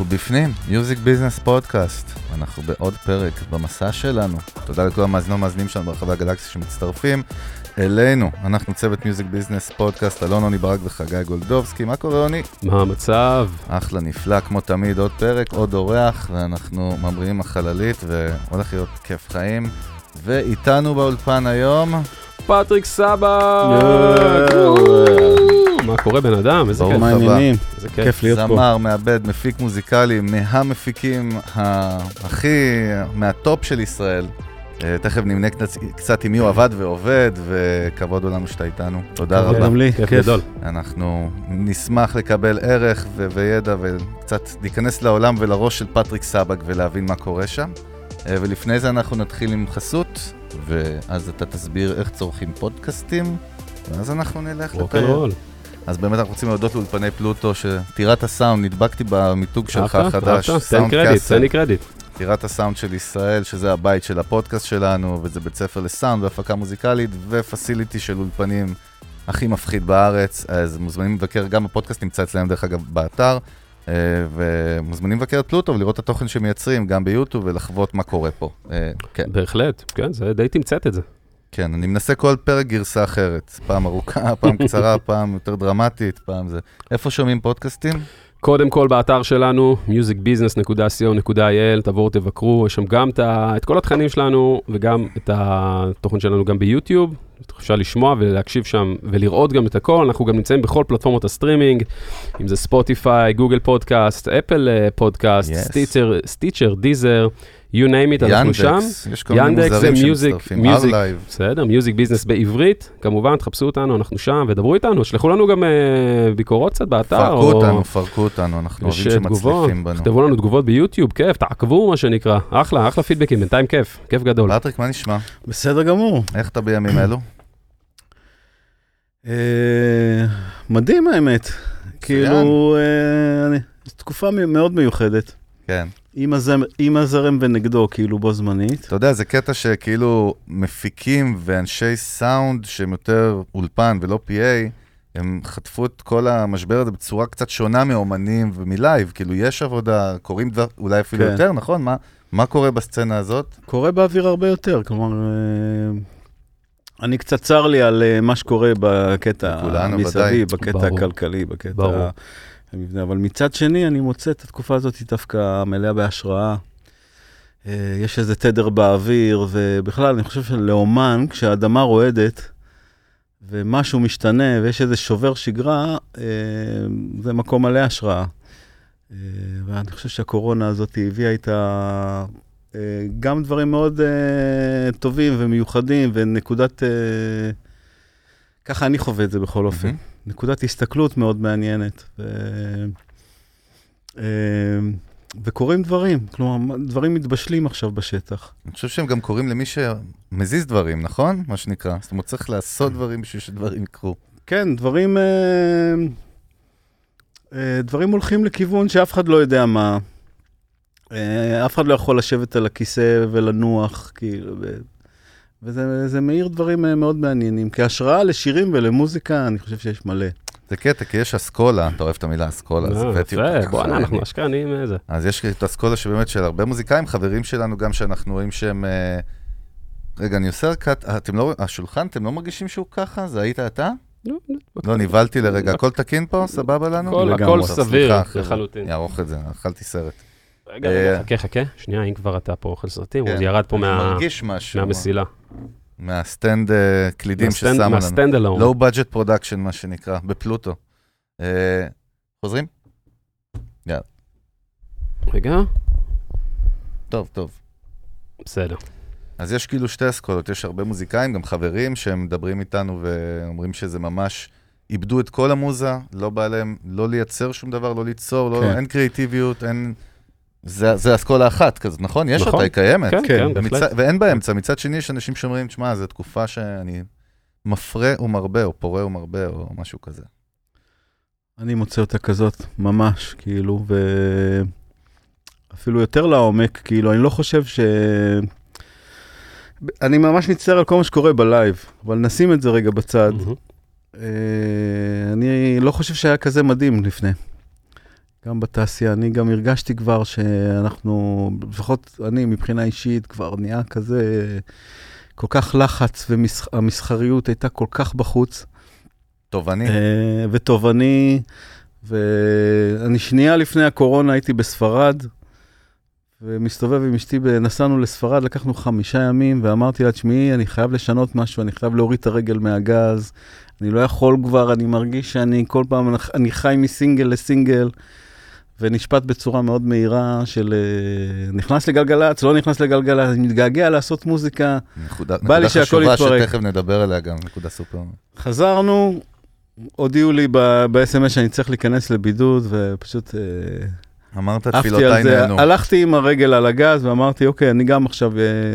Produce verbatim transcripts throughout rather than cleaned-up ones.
בפנים, Music Business Podcast. אנחנו בעוד פרק במסע שלנו. תודה לכל המאזינים והמאזינים שלנו ברחבי הגלקסיה שמצטרפים אלינו. אנחנו צוות Music Business Podcast, אלון עוני ברק וחגי גולדובסקי. מה קורה עוני? מה המצב? אחלה, נפלא, כמו תמיד, עוד פרק, עוד אורח, ואנחנו ממריאים החללית, והולך להיות כיף חיים. ואיתנו באולפן היום פטריק סבק! מה קורה בן אדם? איזה כיף. מה העניינים? איזה כיף להיות פה. זמר, מעבד, מפיק מוזיקלי, מהמפיקים הכי מהטופ של ישראל. תכף נמנה קצת עם מי הוא עבד ועובד, וכבוד לנו שאתה איתנו. תודה רבה. גם לי, כיף גדול. אנחנו נשמח לקבל ערך וידע וקצת להיכנס לעולם ולראש של פטריק סבק ולהבין מה קורה שם. ולפני זה אנחנו נתחיל עם חסות, ואז אתה תסביר איך צורכים פודקאסטים, ואז אנחנו נלך לתאר. אז באמת אנחנו רוצים להודות לאולפני פלוטו, שטירת הסאונד, נדבקתי במיתוג שלך החדש. תן קרדיט, תן לי קרדיט. טירת הסאונד של ישראל, שזה הבית של הפודקאסט שלנו, וזה בית ספר לסאונד והפקה מוזיקלית, ופסיליטי של אולפנים הכי מפחיד בארץ. אז מוזמנים לבקר, גם הפודקאסט נמצא אצלנו דרך אגב באתר, ומוזמנים לבקר את פלוטו ולראות את התוכן שמייצרים גם ביוטיוב ולחוות מה קורה פה. בהחלט, כן, זה די תמצאת את זה. כן, אני מנסה כל פרק גרסה אחרת, פעם ארוכה, פעם קצרה, פעם יותר דרמטית, פעם זה. איפה שומעים פודקאסטים? קודם כל באתר שלנו, מיוזיק ביזנס נקודה סי או נקודה איי אל, תבואו תבקרו, יש שם גם את כל התכנים שלנו וגם את התוכן שלנו גם ביוטיוב, אפשר לשמוע ולהקשיב שם ולראות גם את הכל, אנחנו גם נמצאים בכל פלטפורמות הסטרימינג, אם זה ספוטיפיי, גוגל פודקאסט, אפל פודקאסט, סטיצ'ר, סטיצ'ר, דיזר, you name it, אנחנו שם. יש כל מיני מוזרים שמצטרפים, R-Live. בסדר, מיוזיק ביזנס בעברית, כמובן, תחפשו אותנו, אנחנו שם, ודברו איתנו, שלחו לנו גם ביקורות קצת באתר. פרקו אותנו, פרקו אותנו, אנחנו אוהבים שמצליחים בנו. כתבו לנו תגובות ביוטיוב, כיף, תעקבו מה שנקרא, אחלה, אחלה פידבקים, בינתיים כיף, כיף גדול. פטריק, מה נשמע? בסדר גמור. איך אתה בימים אלו? מדהים האמת, כאילו, תקופה מאוד מיוחדת. כן. עם הזרם ונגדו, כאילו בו זמנית. אתה יודע, זה קטע שכאילו מפיקים ואנשי סאונד שהם יותר אולפן ולא פי איי, הם חטפו את כל המשבר הזה בצורה קצת שונה מאומנים ומלייב, כאילו יש עבודה, קוראים דבר, אולי אפילו כן. יותר, נכון? מה, מה קורה בסצנה הזאת? קורה באוויר הרבה יותר, כלומר, אני קצת צר לי על מה שקורה בקטע המסביב, בקטע ברור. הכלכלי, בקטע... ברור. אבל מצד שני, אני מוצא את התקופה הזאת דווקא מלאה בהשראה. יש איזה תדר באוויר, ובכלל, אני חושב שלאומן, כשהאדמה רועדת, ומשהו משתנה, ויש איזה שובר שגרה, זה מקום מלא השראה. ואני חושב שהקורונה הזאת הביאה איתה גם דברים מאוד טובים ומיוחדים, ונקודת... ככה אני חווה את זה בכל אופן. נקודת הסתכלות מאוד מעניינת, ו... וקוראים דברים, כלומר, דברים מתבשלים עכשיו בשטח. אני חושב שהם גם קוראים למי שמזיז דברים, נכון? מה שנקרא. זאת אומרת, צריך לעשות דברים בשביל שדברים יקרו. כן, דברים, דברים הולכים לכיוון שאף אחד לא יודע מה. אף אחד לא יכול לשבת על הכיסא ולנוח, כאילו, וזה זה מאיר דברים מאוד מעניינים. כהשראה לשירים ולמוזיקה, אני חושב שיש מלא. זה קטע, כי יש אסכולה, אתה אוהב את המילה אסכולה, זה יפה, בוא, אנחנו אשכנים איזה. אז יש את האסכולה שבאמת של הרבה מוזיקאים, חברים שלנו גם שאנחנו רואים שהם... רגע, אני עושה רקעת, השולחן, אתם לא מרגישים שהוא ככה? זה היית אתה? לא, ניבלתי לרגע, הכל תקין פה? סבבה לנו? הכל סביר, לחלוטין. יערוך את זה, אכלתי סרט. רגע, חכה, חכה, שנייה, אם כבר אתה פה אוכל סרטים, הוא ירד פה מהמסילה. מהסטנד קלידים ששמו לנו. מהסטנד אלון. לואו בדג'ט פרודקשן, מה שנקרא, בפלוטו. חוזרים? יאללה. רגע. טוב, טוב. בסדר. אז יש כאילו שתי אסכולות, יש הרבה מוזיקאים, גם חברים שהם מדברים איתנו ואומרים שזה ממש איבדו את כל המוזה, לא בא להם לא לייצר שום דבר, לא ליצור, לא, אין קריאטיביות, אין... זה, זה אסכולה אחת כזאת, נכון? יש נכון. אותה, היא קיימת. כן, כן, ומצ... בהחלט. ואין באמצע. מצד שני יש אנשים שאומרים, תשמע, זו תקופה שאני מפרה ומרבה, או פורה ומרבה, או משהו כזה. אני מוצא אותה כזאת, ממש, כאילו, ואפילו יותר לעומק, כאילו, אני לא חושב ש... אני ממש מצטער על כל מה שקורה בלייב, אבל נשים את זה רגע בצד. Mm-hmm. אני לא חושב שהיה כזה מדהים לפני. גם בתעשייה. אני גם הרגשתי כבר שאנחנו, לפחות אני מבחינה אישית, כבר נהיה כזה, כל כך לחץ, והמסחריות הייתה כל כך בחוץ. תובעני. ותובעני, ואני שנייה לפני הקורונה הייתי בספרד, ומסתובב עם אשתי, נסענו לספרד, לקחנו חמישה ימים, ואמרתי לה, תשמעי, אני חייב לשנות משהו, אני חייב להוריד את הרגל מהגז, אני לא יכול כבר, אני מרגיש שאני כל פעם, אני חי מסינגל לסינגל, ונשפט בצורה מאוד מהירה של נכנס לגלגלץ, לא נכנס לגלגלץ, אני מתגעגע לעשות מוזיקה, בא לי שהכל יתפרק. נקודה חשובה שתכף נדבר עליה גם, נקודה סופר. חזרנו, הודיעו לי ב-אס אם אס שאני צריך להיכנס לבידוד, ופשוט אמרת תפילותיי נהנו. הלכתי עם הרגל על הגז, ואמרתי, אוקיי, אני גם עכשיו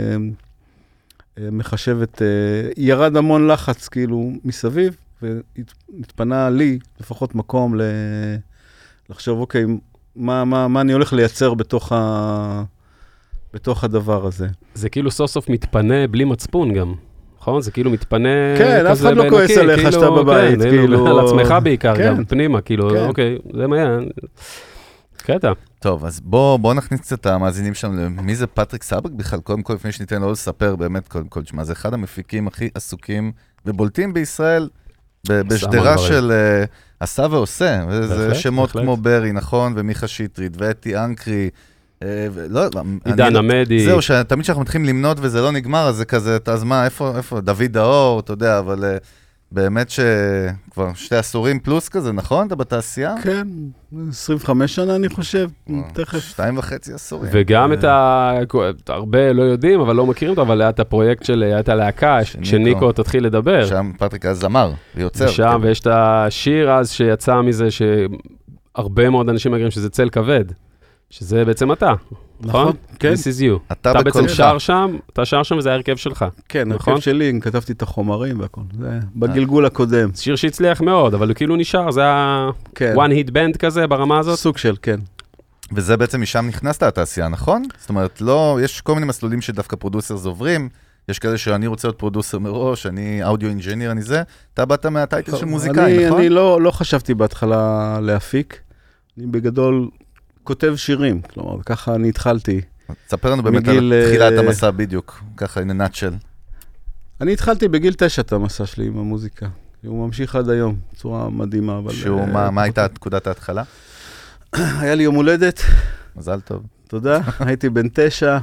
מחשב את, ירד המון לחץ כאילו מסביב, והתפנה לי לפחות מקום לחשוב, אוקיי, מה, מה, מה אני הולך לייצר בתוך, ה... בתוך הדבר הזה. זה כאילו סוף סוף מתפנה בלי מצפון גם, נכון? זה כאילו מתפנה כן, אף אחד לא כועס עליך כאילו, שאתה בבית, כן, כאילו... על עצמך בעיקר, כן. גם פנימה, כאילו, כן. אוקיי, זה מה היה, קטע. טוב, אז בוא, בוא נכניס קצת המאזינים שם, מי זה פטריק סבק בכלל? קודם כל, לפני שניתן לו לספר, באמת, קודם כל, שמה, זה אחד המפיקים הכי עסוקים ובולטים בישראל, בשדרה של עשה ועושה, וזה שמות כמו ברי, נכון, ומיכה שטרית, ואתי אנקרי, עידן עמדי. זהו, שתמיד שאנחנו מתחילים למנות וזה לא נגמר, אז זה כזה, אז מה, איפה, איפה, דוד דאור, אתה יודע, אבל באמת שכבר שתי עשורים פלוס כזה, נכון? אתה בתעשייה? כן, עשרים וחמש שנה אני חושב, תכף. שתיים וחצי עשורים. וגם את ה... הרבה לא יודעים, אבל לא מכירים אותו, אבל היה את הפרויקט של, היה את הלהקה, שניקו תתחיל לדבר. שם פטריק היה זמר, ויוצר. שם, ויש את השיר אז שיצא מזה, שהרבה מאוד אנשים מגרים שזה צל כבד. שזה בעצם אתה, נכון? כן. This is you. אתה בעצם שר שם, אתה שר שם וזה ההרכב שלך. כן, ההרכב שלי, כתבתי את החומרים והכל. זה בגלגול הקודם. שיר שהצליח מאוד, אבל הוא כאילו נשאר, זה היה one hit band כזה ברמה הזאת? סוג של, כן. וזה בעצם משם נכנסת לתעשייה, נכון? זאת אומרת, לא, יש כל מיני מסלולים שדווקא פרודוסרס עוברים, יש כאלה שאני רוצה להיות פרודוסר מראש, אני אודיו אינג'יניר, אני זה, אתה באת מהטייטל של מוזיקאי, נכון? אני לא חשבתי בהתחלה להפיק. אני בגדול כותב שירים, כלומר, ככה אני התחלתי. תספר לנו באמת על תחילת המסע בדיוק, ככה in a nutshell. אני התחלתי בגיל תשע את המסע שלי עם המוזיקה. הוא ממשיך עד היום, בצורה מדהימה. שהוא, מה הייתה נקודת ההתחלה? היה לי יום הולדת. מזל טוב. תודה, הייתי בן תשע.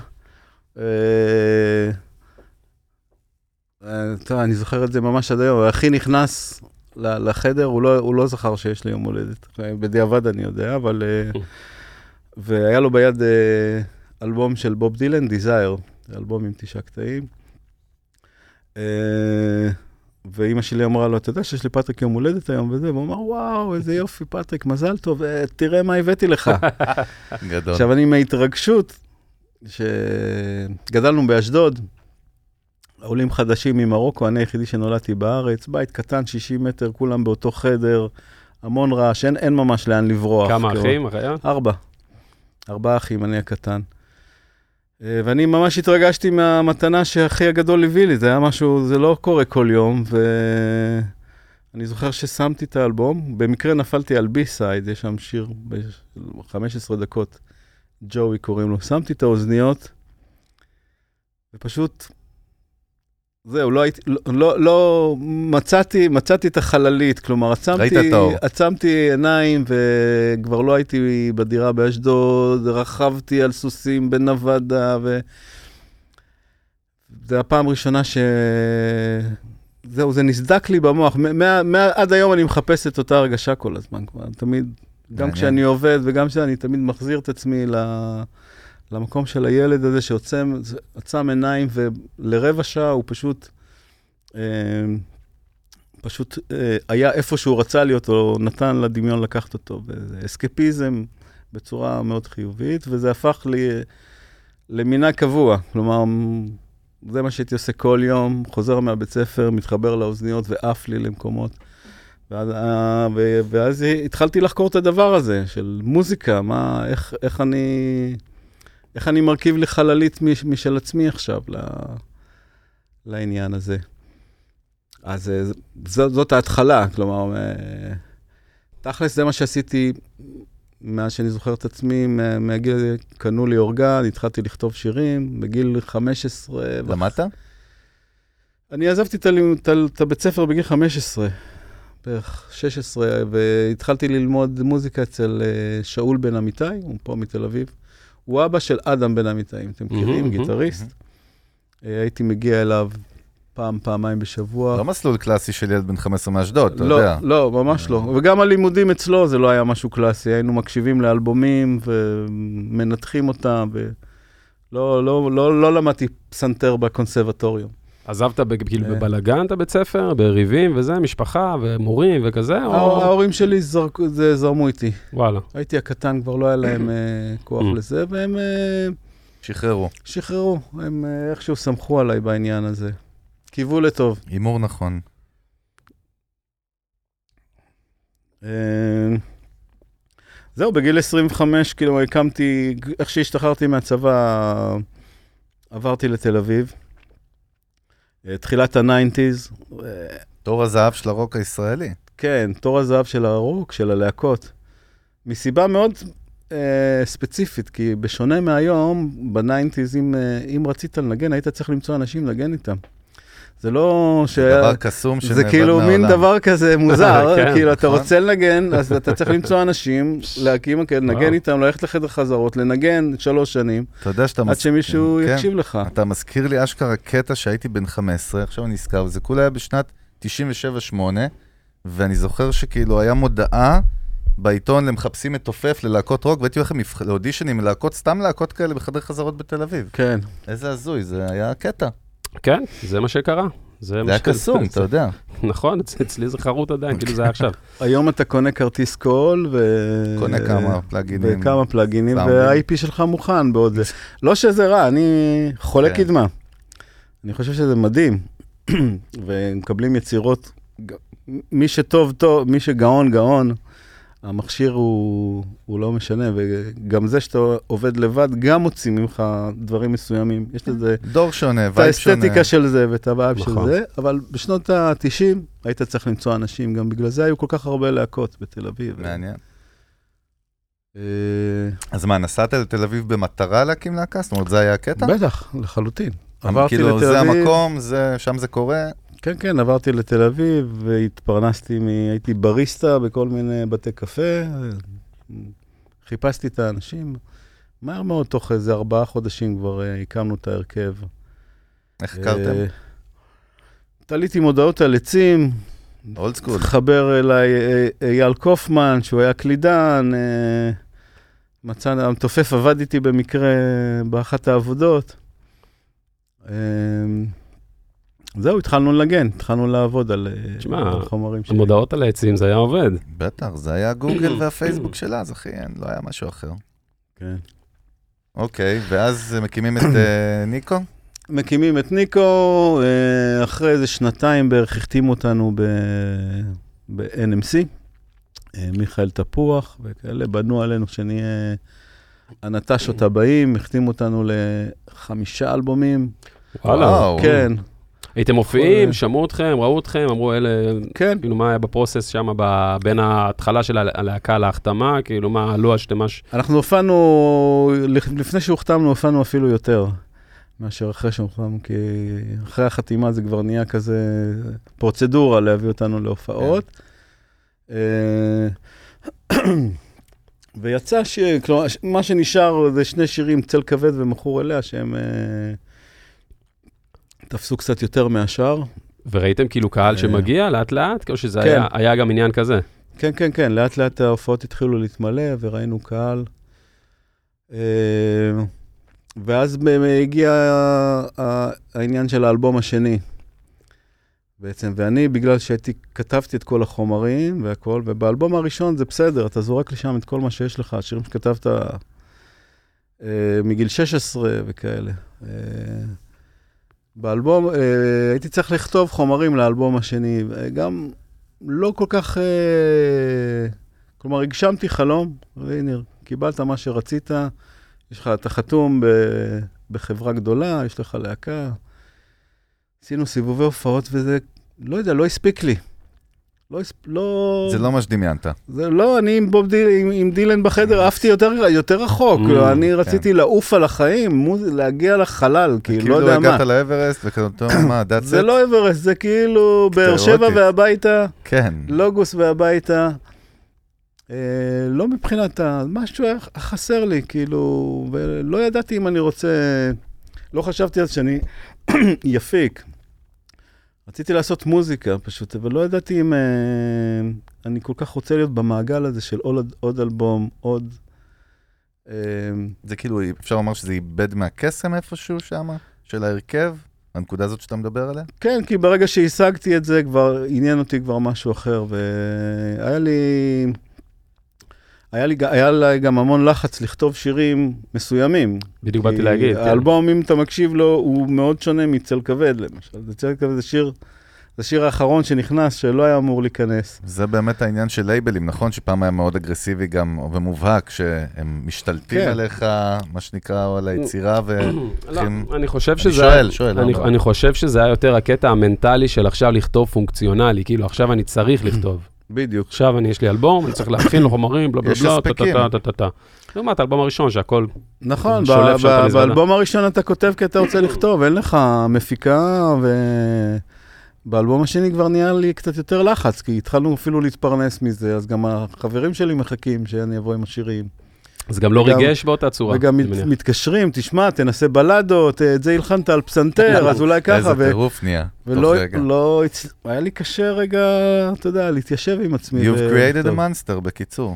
טוב, אני זוכר את זה ממש עד היום. אחי נכנס לחדר, הוא לא זכר שיש לי יום הולדת. בדיעבד אני יודע, אבל... והיה לו ביד אלבום של בוב דילן, דיזייר, אלבום עם תשעה קטעים. ואמא שלי אמרה לו, אתה יודע שיש לי פטריק יום הולדת היום וזה, והוא אמר, וואו, איזה יופי פטריק, מזל טוב, תראה מה הבאתי לך. גדול. עכשיו אני מההתרגשות, שגדלנו באשדוד, עולים חדשים ממרוקו, אני היחידי שנולדתי בארץ, בית קטן, שישים מטר, כולם באותו חדר, המון רעש, אין, אין ממש לאן לברוח. כמה אחים, אחיה? ארבע. ארבעה אחים, אני הקטן. ואני ממש התרגשתי מהמתנה שהכי הגדול הביא לי, זה היה משהו, זה לא קורה כל יום, ואני זוכר ששמתי את האלבום, במקרה נפלתי על בי-סייד, יש שם שיר ב-חמש עשרה דקות, ג'וי קוראים לו, שמתי את האוזניות, ופשוט... זהו, לא הייתי, לא, לא, לא מצאתי, מצאתי את החללית, כלומר, עצמתי, עצמתי עיניים וכבר לא הייתי בדירה באשדוד, רכבתי על סוסים בנבדה, ו... זה הפעם הראשונה ש... זהו, זה נסדק לי במוח, מה, מה, עד היום אני מחפש את אותה הרגשה כל הזמן, כבר, תמיד, גם כשאני עובד וגם כשאני תמיד מחזיר את עצמי ל... למקום של הילד הזה שעוצם עיניים, ולרבע שעה הוא פשוט, אה, פשוט אה, היה איפה שהוא רצה להיות, או נתן לדמיון לקחת אותו, וזה אסקפיזם בצורה מאוד חיובית, וזה הפך לי למינה קבוע, כלומר, זה מה שהייתי עושה כל יום, חוזר מהבית ספר, מתחבר לאוזניות ואף לי למקומות, ואז, ואז התחלתי לחקור את הדבר הזה, של מוזיקה, מה, איך, איך אני... איך אני מרכיב לי חללית משל עצמי עכשיו לעניין הזה. אז זאת, זאת ההתחלה, כלומר, תכלס זה מה שעשיתי מאז שאני זוכר את עצמי, מהגיל קנו לי אורגן, התחלתי לכתוב שירים, בגיל חמש עשרה. למדת? אני עזבתי את הבית ספר בגיל חמש עשרה, בערך שש עשרה, והתחלתי ללמוד מוזיקה אצל שאול בן אמיתי, הוא פה מתל אביב. הוא אבא של אדם בן אמיתי, אם אתם מכירים, גיטריסט. הייתי מגיע אליו פעם, פעמיים בשבוע. לא מסלול קלאסי של ילד בן חמש עשרה מאשדוד, אתה לא, יודע. לא, ממש לא. וגם הלימודים אצלו זה לא היה משהו קלאסי. היינו מקשיבים לאלבומים ומנתחים אותם, ולא לא, לא, לא למדתי פסנתר בקונסרבטוריום. עזבת כאילו בבלגן את הבית ספר, בריבים וזה, משפחה ומורים וכזה? ההורים שלי זרמו איתי. וואלה. הייתי הקטן, כבר לא היה להם כוח לזה, והם... שחררו. שחררו. הם איכשהו סמכו עליי בעניין הזה. קיוו לטוב. אימור נכון. זהו, בגיל עשרים וחמש, כאילו, הקמתי, איך שהשתחררתי מהצבא, עברתי לתל אביב. תחילת ה-תשעים. תור הזהב של הרוק הישראלי. כן, תור הזהב של הרוק, של הלהקות. מסיבה מאוד אה, ספציפית, כי בשונה מהיום, ב-תשעים, אם, אם רצית לנגן, היית צריך למצוא אנשים לנגן איתם. זה לא ש... זה דבר קסום שנאבד מהעולם. זה כאילו מין דבר כזה מוזר, כאילו אתה רוצה לנגן, אז אתה צריך למצוא אנשים, להקים, לנגן איתם, ללכת לחדר חזרות, לנגן שלוש שנים, עד שמישהו יקשיב לך. אתה מזכיר לי אשכרה קטע שהייתי בן חמש עשרה, עכשיו אני נזכר, וזה כולה היה בשנת תשעים ושבע שמונה, ואני זוכר שכאילו היה מודעה בעיתון למחפשים מתופף ללהקות רוק, והייתי לכם לאודישנים, להקות, סתם להקות כאלה בחדר חזרות בתל אביב. כן. איזה הזוי, זה היה קטע. כן, זה מה שקרה. זה היה קסום, אתה יודע. נכון, אצלי זה חרוט עדיין, כאילו זה היה עכשיו. היום אתה קונה כרטיס קול, ו... קונה כמה פלאגינים. וכמה פלאגינים, וה-איי פי שלך מוכן בעוד זה. לא שזה רע, אני חולה קדמה. אני חושב שזה מדהים. ומקבלים יצירות, מי שטוב טוב, מי שגאון גאון, המכשיר הוא, הוא לא משנה, וגם זה שאתה עובד לבד, גם מוצאים ממך דברים מסוימים. יש לזה... דור שונה, וייב שונה. את האסתטיקה של זה ואת הווייב של זה, אבל בשנות ה-תשעים היית צריך למצוא אנשים, גם בגלל זה היו כל כך הרבה להקות בתל אביב. מעניין. אז מה, נסעת לתל אביב במטרה להקים להקה? זאת אומרת, זה היה הקטע? בטח, לחלוטין. עברתי לתל כאילו, אביב. זה המקום, שם זה קורה? כן, כן, עברתי לתל אביב, והתפרנסתי, הייתי בריסטה בכל מיני בתי קפה, חיפשתי את האנשים, מהר מאוד, תוך איזה ארבעה חודשים כבר הקמנו את ההרכב. איך הכרתם? תליתי מודעות על עצים, אולד סקול. חבר אליי אייל קופמן, שהוא היה קלידן, מצא, המתופף עבד איתי במקרה באחת העבודות. זהו, התחלנו לנגן, התחלנו לעבוד על חומרים שלי. המודעות על העצים, זה היה עובד. בטח, זה היה גוגל והפייסבוק שלה, אז אחי, לא היה משהו אחר. כן. אוקיי, ואז מקימים את ניקו? מקימים את ניקו, אחרי איזה שנתיים בערך החתימו אותנו ב-אן אם סי, מיכאל תפוח וכאלה, בנו עלינו שנהיה הנטשות הבאים, החתימו אותנו לחמישה אלבומים. וואלה. כן. הייתם מופיעים, שמעו אתכם, ראו אתכם, אמרו אלה, כן. כאילו מה היה בפרוסס שם, בין ההתחלה של הלהקה להחתמה, כאילו מה עלו השתמש? אנחנו הופענו, לפני שהוחתמנו, הופענו אפילו יותר מאשר אחרי שהוחתמנו, כי אחרי החתימה זה כבר נהיה כזה פרוצדורה להביא אותנו להופעות. ויצא ש... כלומר, מה שנשאר זה שני שירים, צל כבד ומחור אליה, שהם... תפסו קצת יותר מהשאר. וראיתם כאילו קהל שמגיע לאט לאט? כאילו שזה היה, היה גם עניין כזה? כן, כן, כן. לאט לאט ההופעות התחילו להתמלא וראינו קהל. ואז הגיע העניין של האלבום השני. בעצם, ואני בגלל שהייתי, כתבתי את כל החומרים והכל, ובאלבום הראשון זה בסדר, אתה זורק לשם את כל מה שיש לך, השירים שכתבת מגיל שש עשרה וכאלה. באלבום, אה, הייתי צריך לכתוב חומרים לאלבום השני, גם לא כל כך, אה, כלומר, הגשמתי חלום, והנה, קיבלת מה שרצית, יש לך, אתה חתום ב, בחברה גדולה, יש לך להקה, עשינו סיבובי הופעות וזה, לא יודע, לא הספיק לי. לא, לא... זה לא מה שדמיינת. זה לא, אני עם בוב דיל, עם, עם דילן בחדר, עפתי יותר, יותר רחוק. Mm, אני רציתי כן. לעוף על החיים, מוז... להגיע לחלל, כאילו, לא יודע מה. כאילו הגעת לאברסט וכזה, מה, that's it? זה לא אברסט, זה כאילו באר שבע והביתה, כן. לוגוס והביתה. אה, לא מבחינת ה... משהו היה חסר לי, כאילו, ולא ידעתי אם אני רוצה... לא חשבתי אז שאני יפיק. רציתי לעשות מוזיקה פשוט, אבל לא ידעתי אם אה, אני כל כך רוצה להיות במעגל הזה של עוד, עוד אלבום, עוד... אה, זה כאילו, אפשר לומר שזה איבד מהקסם איפשהו שם, של ההרכב, הנקודה הזאת שאתה מדבר עליה? כן, כי ברגע שהשגתי את זה, כבר עניין אותי כבר משהו אחר, והיה לי... היה לי, היה לי גם המון לחץ לכתוב שירים מסוימים. בדיוק באתי להגיד. האלבום, כן. אם אתה מקשיב לו, הוא מאוד שונה מצל כבד, למשל. צל כבד זה שיר, זה שיר האחרון שנכנס, שלא היה אמור להיכנס. זה באמת העניין של לייבלים, נכון? שפעם היה מאוד אגרסיבי גם, ומובהק, שהם משתלטים כן. עליך, מה שנקרא, על היצירה, ו... לא, אני חושב שזה... אני שואל, שואל. אני, אני חושב שזה היה יותר הקטע המנטלי של עכשיו לכתוב פונקציונלי, כאילו עכשיו אני צריך לכתוב. בדיוק. עכשיו אני, יש לי אלבום, אני צריך להכין לו חומרים, בלה בלה בלה, טה טה טה טה. לעומת האלבום הראשון שהכל נכון, באלבום הראשון אתה כותב כי אתה רוצה לכתוב, אין לך מפיקה, ובאלבום השני כבר נהיה לי קצת יותר לחץ, כי התחלנו אפילו להתפרנס מזה, אז גם החברים שלי מחכים שאני אבוא עם השירים. אז גם לא ריגש באותה צורה. וגם מתקשרים, תשמע, תנסה בלדות, את זה הלחנת על פסנתר, אז אולי ככה. איזה טירוף נהיה, תוך רגע. ולא, היה לי קשה רגע, אתה יודע, להתיישב עם עצמי. You've created a monster, בקיצור.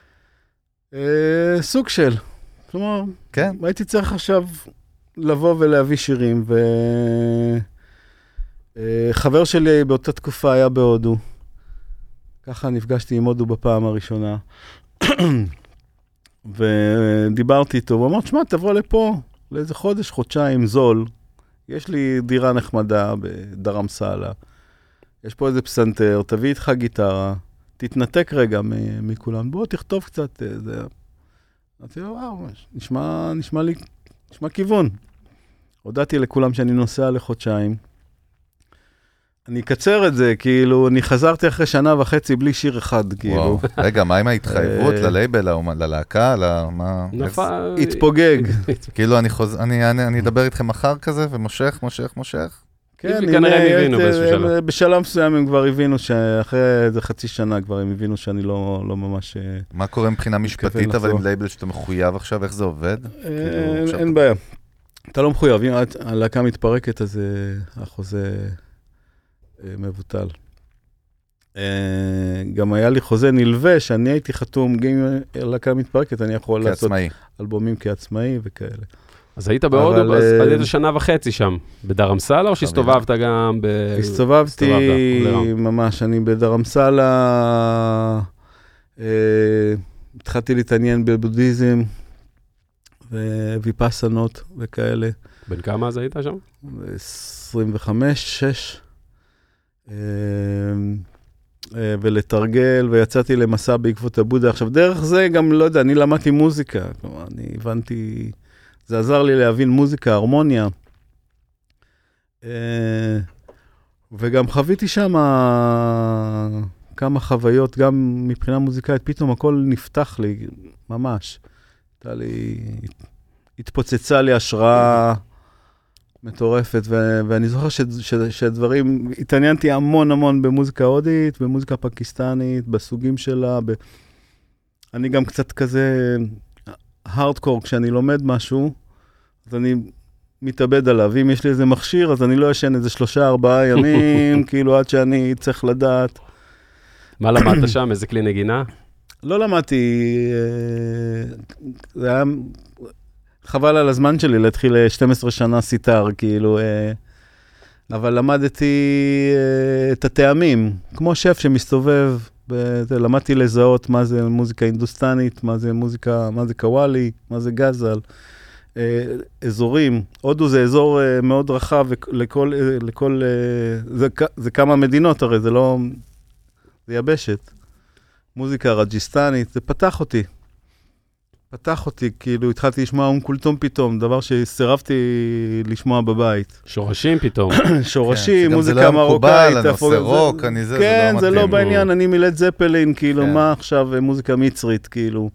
סוג של. כלומר, כן. הייתי צריך עכשיו לבוא ולהביא שירים, וחבר שלי באותה תקופה היה בהודו. ככה נפגשתי עם הודו בפעם הראשונה. ודיברתי איתו, הוא אמר, תשמע, תבוא לפה לאיזה חודש, חודשיים, זול. יש לי דירה נחמדה בדרמסלה. יש פה איזה פסנתר, תביא איתך גיטרה, תתנתק רגע מכולם. בוא, תכתוב קצת. זה... אמרתי לו, וואו, נשמע, נשמע לי, נשמע כיוון. הודעתי לכולם שאני נוסע לחודשיים. אני אקצר את זה, כאילו, אני חזרתי אחרי שנה וחצי בלי שיר אחד, כאילו. רגע, מה עם ההתחייבות ללייבל, ללהקה, למה... התפוגג. כאילו, אני אדבר איתכם מחר כזה, ומושך, מושך, מושך. כן, כנראה הם הבינו באיזשהו שלב. בשלב מסוים הם כבר הבינו שאחרי איזה חצי שנה כבר הם הבינו שאני לא ממש... מה קורה מבחינה משפטית, אבל עם לייבל שאתה מחויב עכשיו, איך זה עובד? אין בעיה. אתה לא מחויב, אם הלהקה מתפרקת, אז החוזה... מבוטל. גם היה לי חוזה נלווה, שאני הייתי חתום, גם אם הלהקה מתפרקת, אני יכול לעשות אלבומים כעצמאי וכאלה. אז היית בהודו, אז היית שנה וחצי שם, בדרמסלה, או שהסתובבת גם ב... הסתובבתי ממש, אני בדרמסלה, התחלתי להתעניין בבודהיזם, וויפסנות וכאלה. בין כמה אז היית שם? עשרים וחמש, שש. ולתרגל, ויצאתי למסע בעקבות הבודה. עכשיו, דרך זה גם, לא יודע, אני למדתי מוזיקה, כלומר, אני הבנתי, זה עזר לי להבין מוזיקה, הרמוניה, וגם חוויתי שם כמה חוויות, גם מבחינה מוזיקאית, פתאום הכל נפתח לי, ממש. הייתה לי, התפוצצה לי השראה, מטורפת, ו- ואני זוכר ש- ש- שהדברים, התעניינתי המון המון במוזיקה הודית, במוזיקה פקיסטנית, בסוגים שלה, ב- אני גם קצת כזה הארדקור, כשאני לומד משהו, אז אני מתאבד עליו, אם יש לי איזה מכשיר, אז אני לא ישן איזה שלושה, ארבעה ימים, כאילו עד שאני צריך לדעת. מה למדת שם? איזה כלי נגינה? לא למדתי, זה היה... חבל על הזמן שלי להתחיל שתים עשרה שנה סיטר, כאילו, אבל למדתי את הטעמים, כמו שף שמסתובב, למדתי לזהות מה זה מוזיקה אינדוסטנית, מה זה מוזיקה, מה זה קוואלי, מה זה גזל, אזורים. הודו זה אזור מאוד רחב, לכל, לכל, זה, זה כמה מדינות הרי, זה לא, זה יבשת. מוזיקה רג'יסטנית, זה פתח אותי. פתח אותי, כאילו התחלתי לשמוע אום כולתום פתאום, דבר שסירבתי לשמוע בבית. שורשים פתאום. שורשים, מוזיקה מרוקאית. אני עושה רוק, אני זה, זה לא מתאים. כן, זה לא בעניין, אני מילד זפלין, כאילו, מה עכשיו מוזיקה מצרית, כאילו.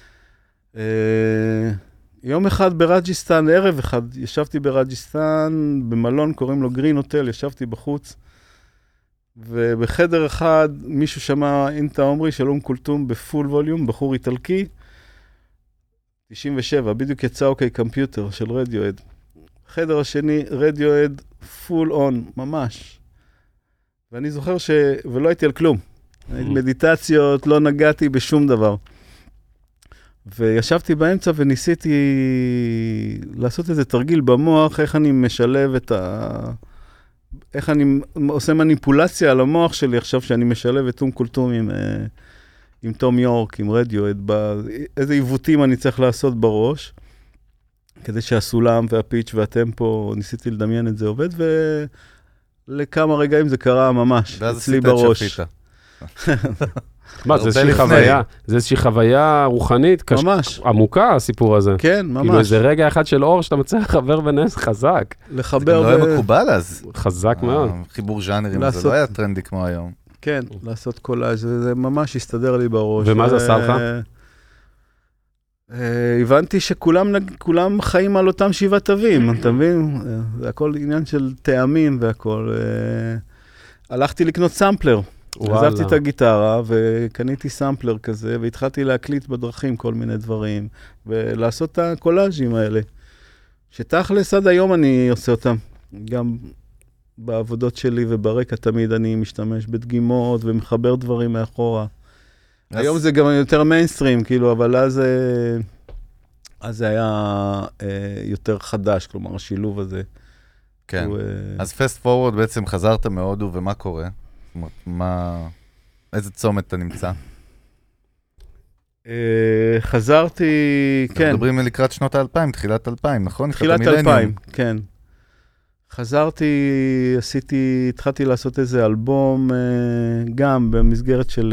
יום אחד ברג'יסטן, ערב אחד, ישבתי ברג'יסטן, במלון, קוראים לו גרין הוטל, ישבתי בחוץ, ובחדר אחד מישהו שמע אינטה עומרי של אום כולתום בפול ווליום, בחור איטלקי, תשעים ושבע, בדיוק יצא אוקיי קמפיוטר של רדיואד. חדר השני, רדיואד, פול און, ממש. ואני זוכר ש... ולא הייתי על כלום. מדיטציות, לא נגעתי בשום דבר. וישבתי באמצע וניסיתי לעשות איזה תרגיל במוח, איך אני משלב את ה... איך אני עושה מניפולציה על המוח שלי עכשיו, שאני משלב את אום כולתום עם, עם תום יורק, עם רדיואד, איזה עיוותים אני צריך לעשות בראש, כדי שהסולם והפיץ' והטמפו, ניסיתי לדמיין את זה עובד, ולכמה רגעים זה קרה ממש, אצלי בראש. מה, זה איזושהי חוויה, זה איזושהי חוויה רוחנית, ממש. עמוקה הסיפור הזה. כן, ממש. כאילו איזה רגע אחד של אור שאתה מצליח לחבר בנס חזק. לחבר... זה גם לא היה מקובל אז. חזק מאוד. חיבור ז'אנרים, זה לא היה טרנדי כמו היום. כן, לעשות קולאז', זה ממש הסתדר לי בראש. ומה זה עשה לך? הבנתי שכולם חיים על אותם שבעה תווים, אתה מבין? זה הכל עניין של טעמים והכל. הלכתי לקנות סמפלר. עזבתי את הגיטרה וקניתי סמפלר כזה, והתחלתי להקליט בדרכים כל מיני דברים, ולעשות את הקולאז'ים האלה. שתכלס עד היום אני עושה אותם. גם בעבודות שלי וברקע תמיד אני משתמש בדגימות ומחבר דברים מאחורה. היום זה גם יותר מיינסטרים, כאילו, אבל אז, אז זה היה יותר חדש, כלומר, השילוב הזה. כן. הוא, אז פסט פורוורד בעצם חזרת מהודו, ומה קורה? מה... איזה צומת אתה נמצא? חזרתי, כן. אנחנו מדברים לקראת שנות האלפיים, תחילת אלפיים, נכון? תחילת אלפיים, כן. חזרתי, עשיתי, התחלתי לעשות איזה אלבום, גם במסגרת של...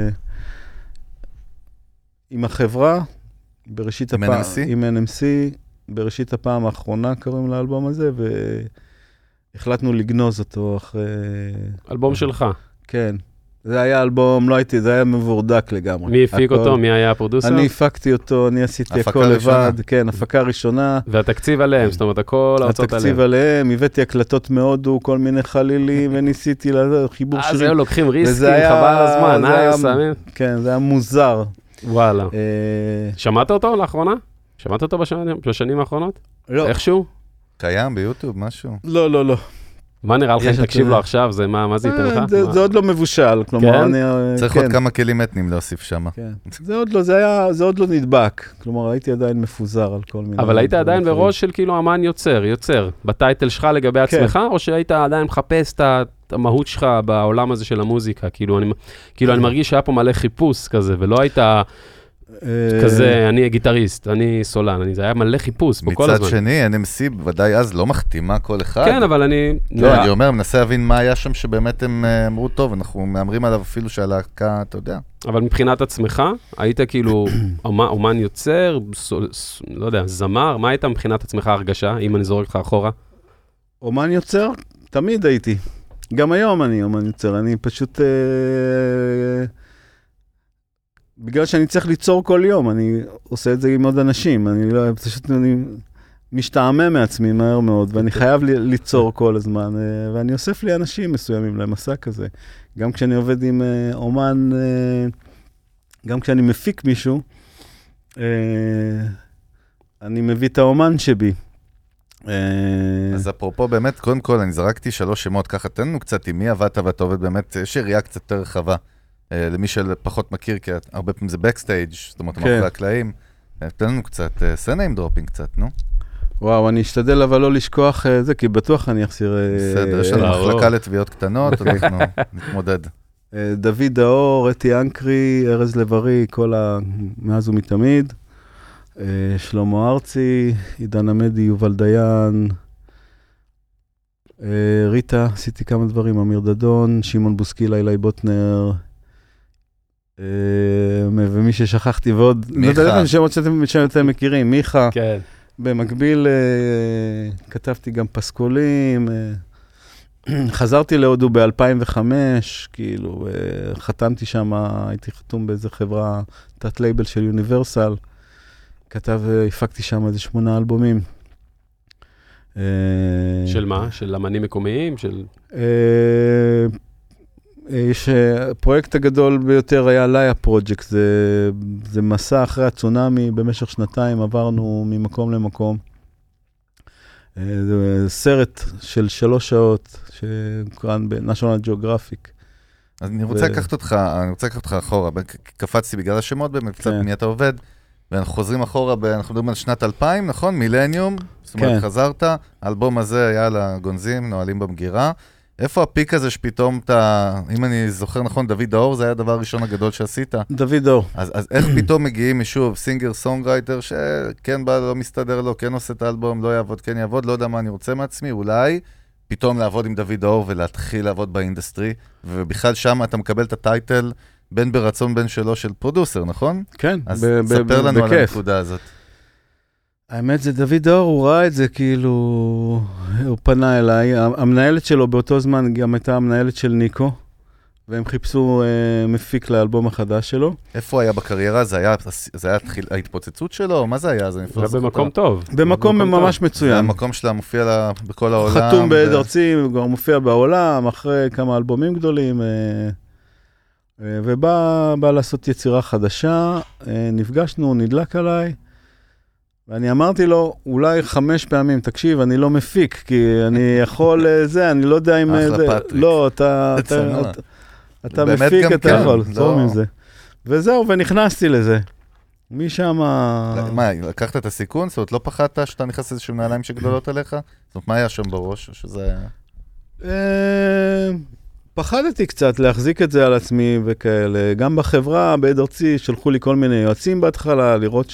עם החברה, בראשית הפעם... עם אן אם סי? עם אן אם סי, בראשית הפעם האחרונה קוראים לאלבום הזה, ו... החלטנו לגנוז אותו אחרי... אלבום שלך. כן. זה היה אלבום, לא הייתי, זה היה מבורדק לגמרי. מי הפיק אותו? מי היה הפרודוסר? אני הפקתי אותו, אני עשיתי הכל לבד. כן, הפקה ראשונה. והתקציב עליהם, זאת אומרת, הכל ההוצאות עליהם. התקציב עליהם, הבאתי הקלטות מהודו, כל מיני חלילים, וניסיתי לחיבור שירים. אז זהו, לוקחים ריסקים, חבל הזמן, אה, סמים. כן, זה היה מוזר. וואלה. שמעת אותו לאחרונה? שמעת אותו בשנים האחרונות? לא. איכשהו? קיים ביוטיוב, משהו? לא, לא, לא. מה נראה לך שתקשיב לו עכשיו? זה מה זה ייתן לך? זה עוד לא מבושל, כלומר, אני... צריך עוד כמה כלים אתנים להוסיף שם. זה עוד לא, זה עוד לא נדבק. כלומר, הייתי עדיין מפוזר על כל מיני... אבל היית עדיין בראש של כאילו אמן יוצר, יוצר, בטייטל שלך לגבי עצמך, או שהיית עדיין מחפש את המהות שלך בעולם הזה של המוזיקה? כאילו, אני מרגיש שהיה פה מלא חיפוש כזה, ולא היית... כזה, אני גיטריסט, אני סולן, זה היה מלא חיפוש פה כל הזמן. מצד שני, אן אם סי ודאי אז לא מחתימה כל אחד. כן, אבל אני... לא, אני אומר, מנסה להבין מה היה שם שבאמת הם אמרו טוב, אנחנו מאמרים עליו אפילו שהלהקה, אתה יודע. אבל מבחינת עצמך, היית כאילו אומן יוצר, לא יודע, זמר, מה היית מבחינת עצמך הרגשה, אם אני זורק לך אחורה? אומן יוצר? תמיד הייתי. גם היום אני אומן יוצר, אני פשוט... בגלל שאני צריך ליצור כל יום, אני עושה את זה עם עוד אנשים, אני לא, פשוט אני משתעמם מעצמי מהר מאוד, ואני חייב ליצור כל הזמן, ואני אוסף לי אנשים מסוימים למסע כזה. גם כשאני עובד עם אומן, גם כשאני מפיק מישהו, אני מביא את האומן שבי. אז אפרופו באמת, קודם כל, אני זרקתי שלוש שמות ככה, תן לנו קצת עם מי עבדת ואתה עובד באמת, יש ראייה קצת יותר רחבה. למי שפחות מכיר, כי הרבה פעמים זה בקסטייג', זאת אומרת, מאחורי הקלעים. תן לנו קצת, סצנה עם דרופינג קצת, נו. וואו, אני אשתדל אבל לא לשכוח זה, כי בטוח אני אחסיר... בסדר, יש לנו מחלקה לתביעות קטנות, אנחנו נתמודד. דוד דאור, אתי אנקרי, ארז לב-ארי, כל ה... מאז ומתמיד. שלמה ארצי, עידן עמדי, יובל דיין, ריטה, עשיתי כמה דברים, אמיר דדון, שמעון בוסקילה, אילי בוטנר, ומי ששכחתי ועוד, מיכה. לא יודע שמות שאתם, שאתם מכירים, מיכה. כן. במקביל כתבתי גם פסקולים, חזרתי להודו ב-אלפיים וחמש, כאילו, חתמתי שם, הייתי חתום באיזה חברה, תת לייבל של יוניברסל, כתב, הפקתי שם איזה שמונה אלבומים. של מה? של אמנים מקומיים? של... יש, הפרויקט הגדול ביותר היה ליה פרוג'קט, זה, זה מסע אחרי הצונאמי, במשך שנתיים עברנו ממקום למקום. זה סרט של שלוש שעות, שקרן ב-National Geographic. אז אני רוצה לקחת אותך, אני רוצה לקחת אותך אחורה, קפצתי בגלל השמות באמת, קצת במי אתה עובד, ואנחנו חוזרים אחורה, אנחנו מדברים על שנת אלפיים, נכון? מילניום, זאת אומרת, חזרת, האלבום הזה היה לגונזים, נועלים במגירה, איפה הפיק הזה שפתאום אתה, אם אני זוכר נכון, דוד האור, זה היה הדבר הראשון הגדול שעשית? דוד האור. אז, אז איך פתאום מגיעים משוב, סינגר, סונגרייטר, שכן בא, לא מסתדר לו, כן עושה את האלבום, לא יעבוד, כן יעבוד, לא יודע מה אני רוצה מעצמי, אולי פתאום לעבוד עם דוד האור ולהתחיל לעבוד באינדסטרי, ובכלל שם אתה מקבל את הטייטל בין ברצון בין שלו של פרודוסר, נכון? כן, אז ספר לנו על הנקודה הזאת. האמת זה דוד האור, הוא ראה את זה כאילו, הוא פנה אליי, המנהלת שלו באותו זמן גם הייתה המנהלת של ניקו, והם חיפשו אה, מפיק לאלבום החדש שלו. איפה הוא היה בקריירה? זה היה, זה היה התחיל, ההתפוצצות שלו? מה זה היה? זה היה במקום טוב. במקום ממש מצוין. המקום שלה מופיע לה בכל העולם. חתום בעד ארצי, הוא כבר מופיע בעולם, אחרי כמה אלבומים גדולים, אה, אה, ובא בא לעשות יצירה חדשה, אה, נפגשנו, נדלק עליי, ואני אמרתי לו, אולי חמש פעמים, תקשיב, אני לא מפיק, כי אני יכול, זה, אני לא יודע אם... אחלה פטריק. לא, אתה... אתה, אתה מפיק, אתה יכול, צור מזה. וזהו, ונכנסתי לזה. משם... מה, לקחת את הסיכון? זאת אומרת, לא פחדת שאתה נכנס איזשהו נעליים שגדולות עליך? זאת אומרת, מה היה שם בראש? או שזה היה... פחדתי קצת להחזיק את זה על עצמי וכאלה. גם בחברה, בעד ארצי, שלחו לי כל מיני יועצים בהתחלה, לראות ש...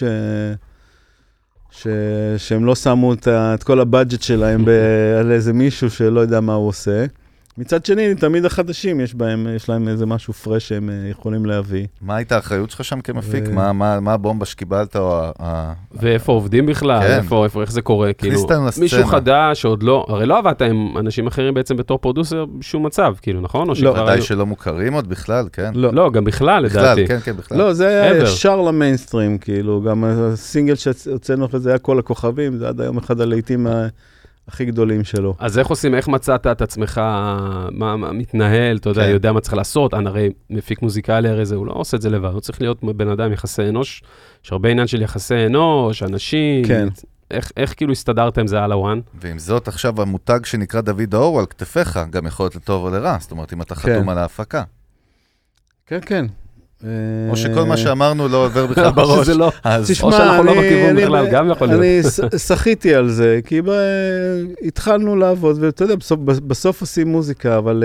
ש... שהם לא שמו את, ה... את כל הבאדג'ט שלהם ב... על איזה מישהו שלא יודע מה הוא עושה. מצד שני, תמיד החדשים, יש בהם, יש להם איזה משהו פרש שהם יכולים להביא. מה הייתה האחריות שלך שם כמפיק? ו... מה, מה, מה הבומבה שקיבלת? או ה... ואיפה עובדים בכלל? כן. איפה, איפה, איך זה קורה? כאילו, מישהו חדש עוד לא, הרי לא עבדת עם אנשים אחרים בעצם בתור פרודוסר בשום מצב, כאילו, נכון? לא, ודאי היו... שלא מוכרים עוד בכלל, כן. לא, לא גם בכלל, בכלל, לדעתי. כן, כן, בכלל. לא, זה היה ישר למיינסטרים, כאילו, גם הסינגל שהוצאנו אחרי זה היה כל הכוכבים, זה עד היום אחד הלהיטים הכי גדולים שלו. אז איך עושים, איך מצאת את עצמך, מה, מה מתנהל, אתה יודע, כן. יודע מה צריך לעשות, אני הרי מפיק מוזיקלי, הרי זה, הוא לא עושה את זה לבד, הוא צריך להיות בן אדם יחסי אנוש, יש הרבה עניין של יחסי אנוש, אנשים, כן. איך, איך כאילו הסתדרת עם זה על הוואן? ועם זאת, עכשיו המותג שנקרא דוד האור על כתפיך, גם יכול להיות לטוב או לרע, זאת אומרת, אם אתה חתום כן. על ההפקה. כן, כן. או שכל מה שאמרנו לא עובר בכלל בראש. או שאנחנו לא בכיוון בכלל, גם יכול להיות. אני שחיתי על זה, כי התחלנו לעבוד, ואתה יודע, בסוף עושים מוזיקה, אבל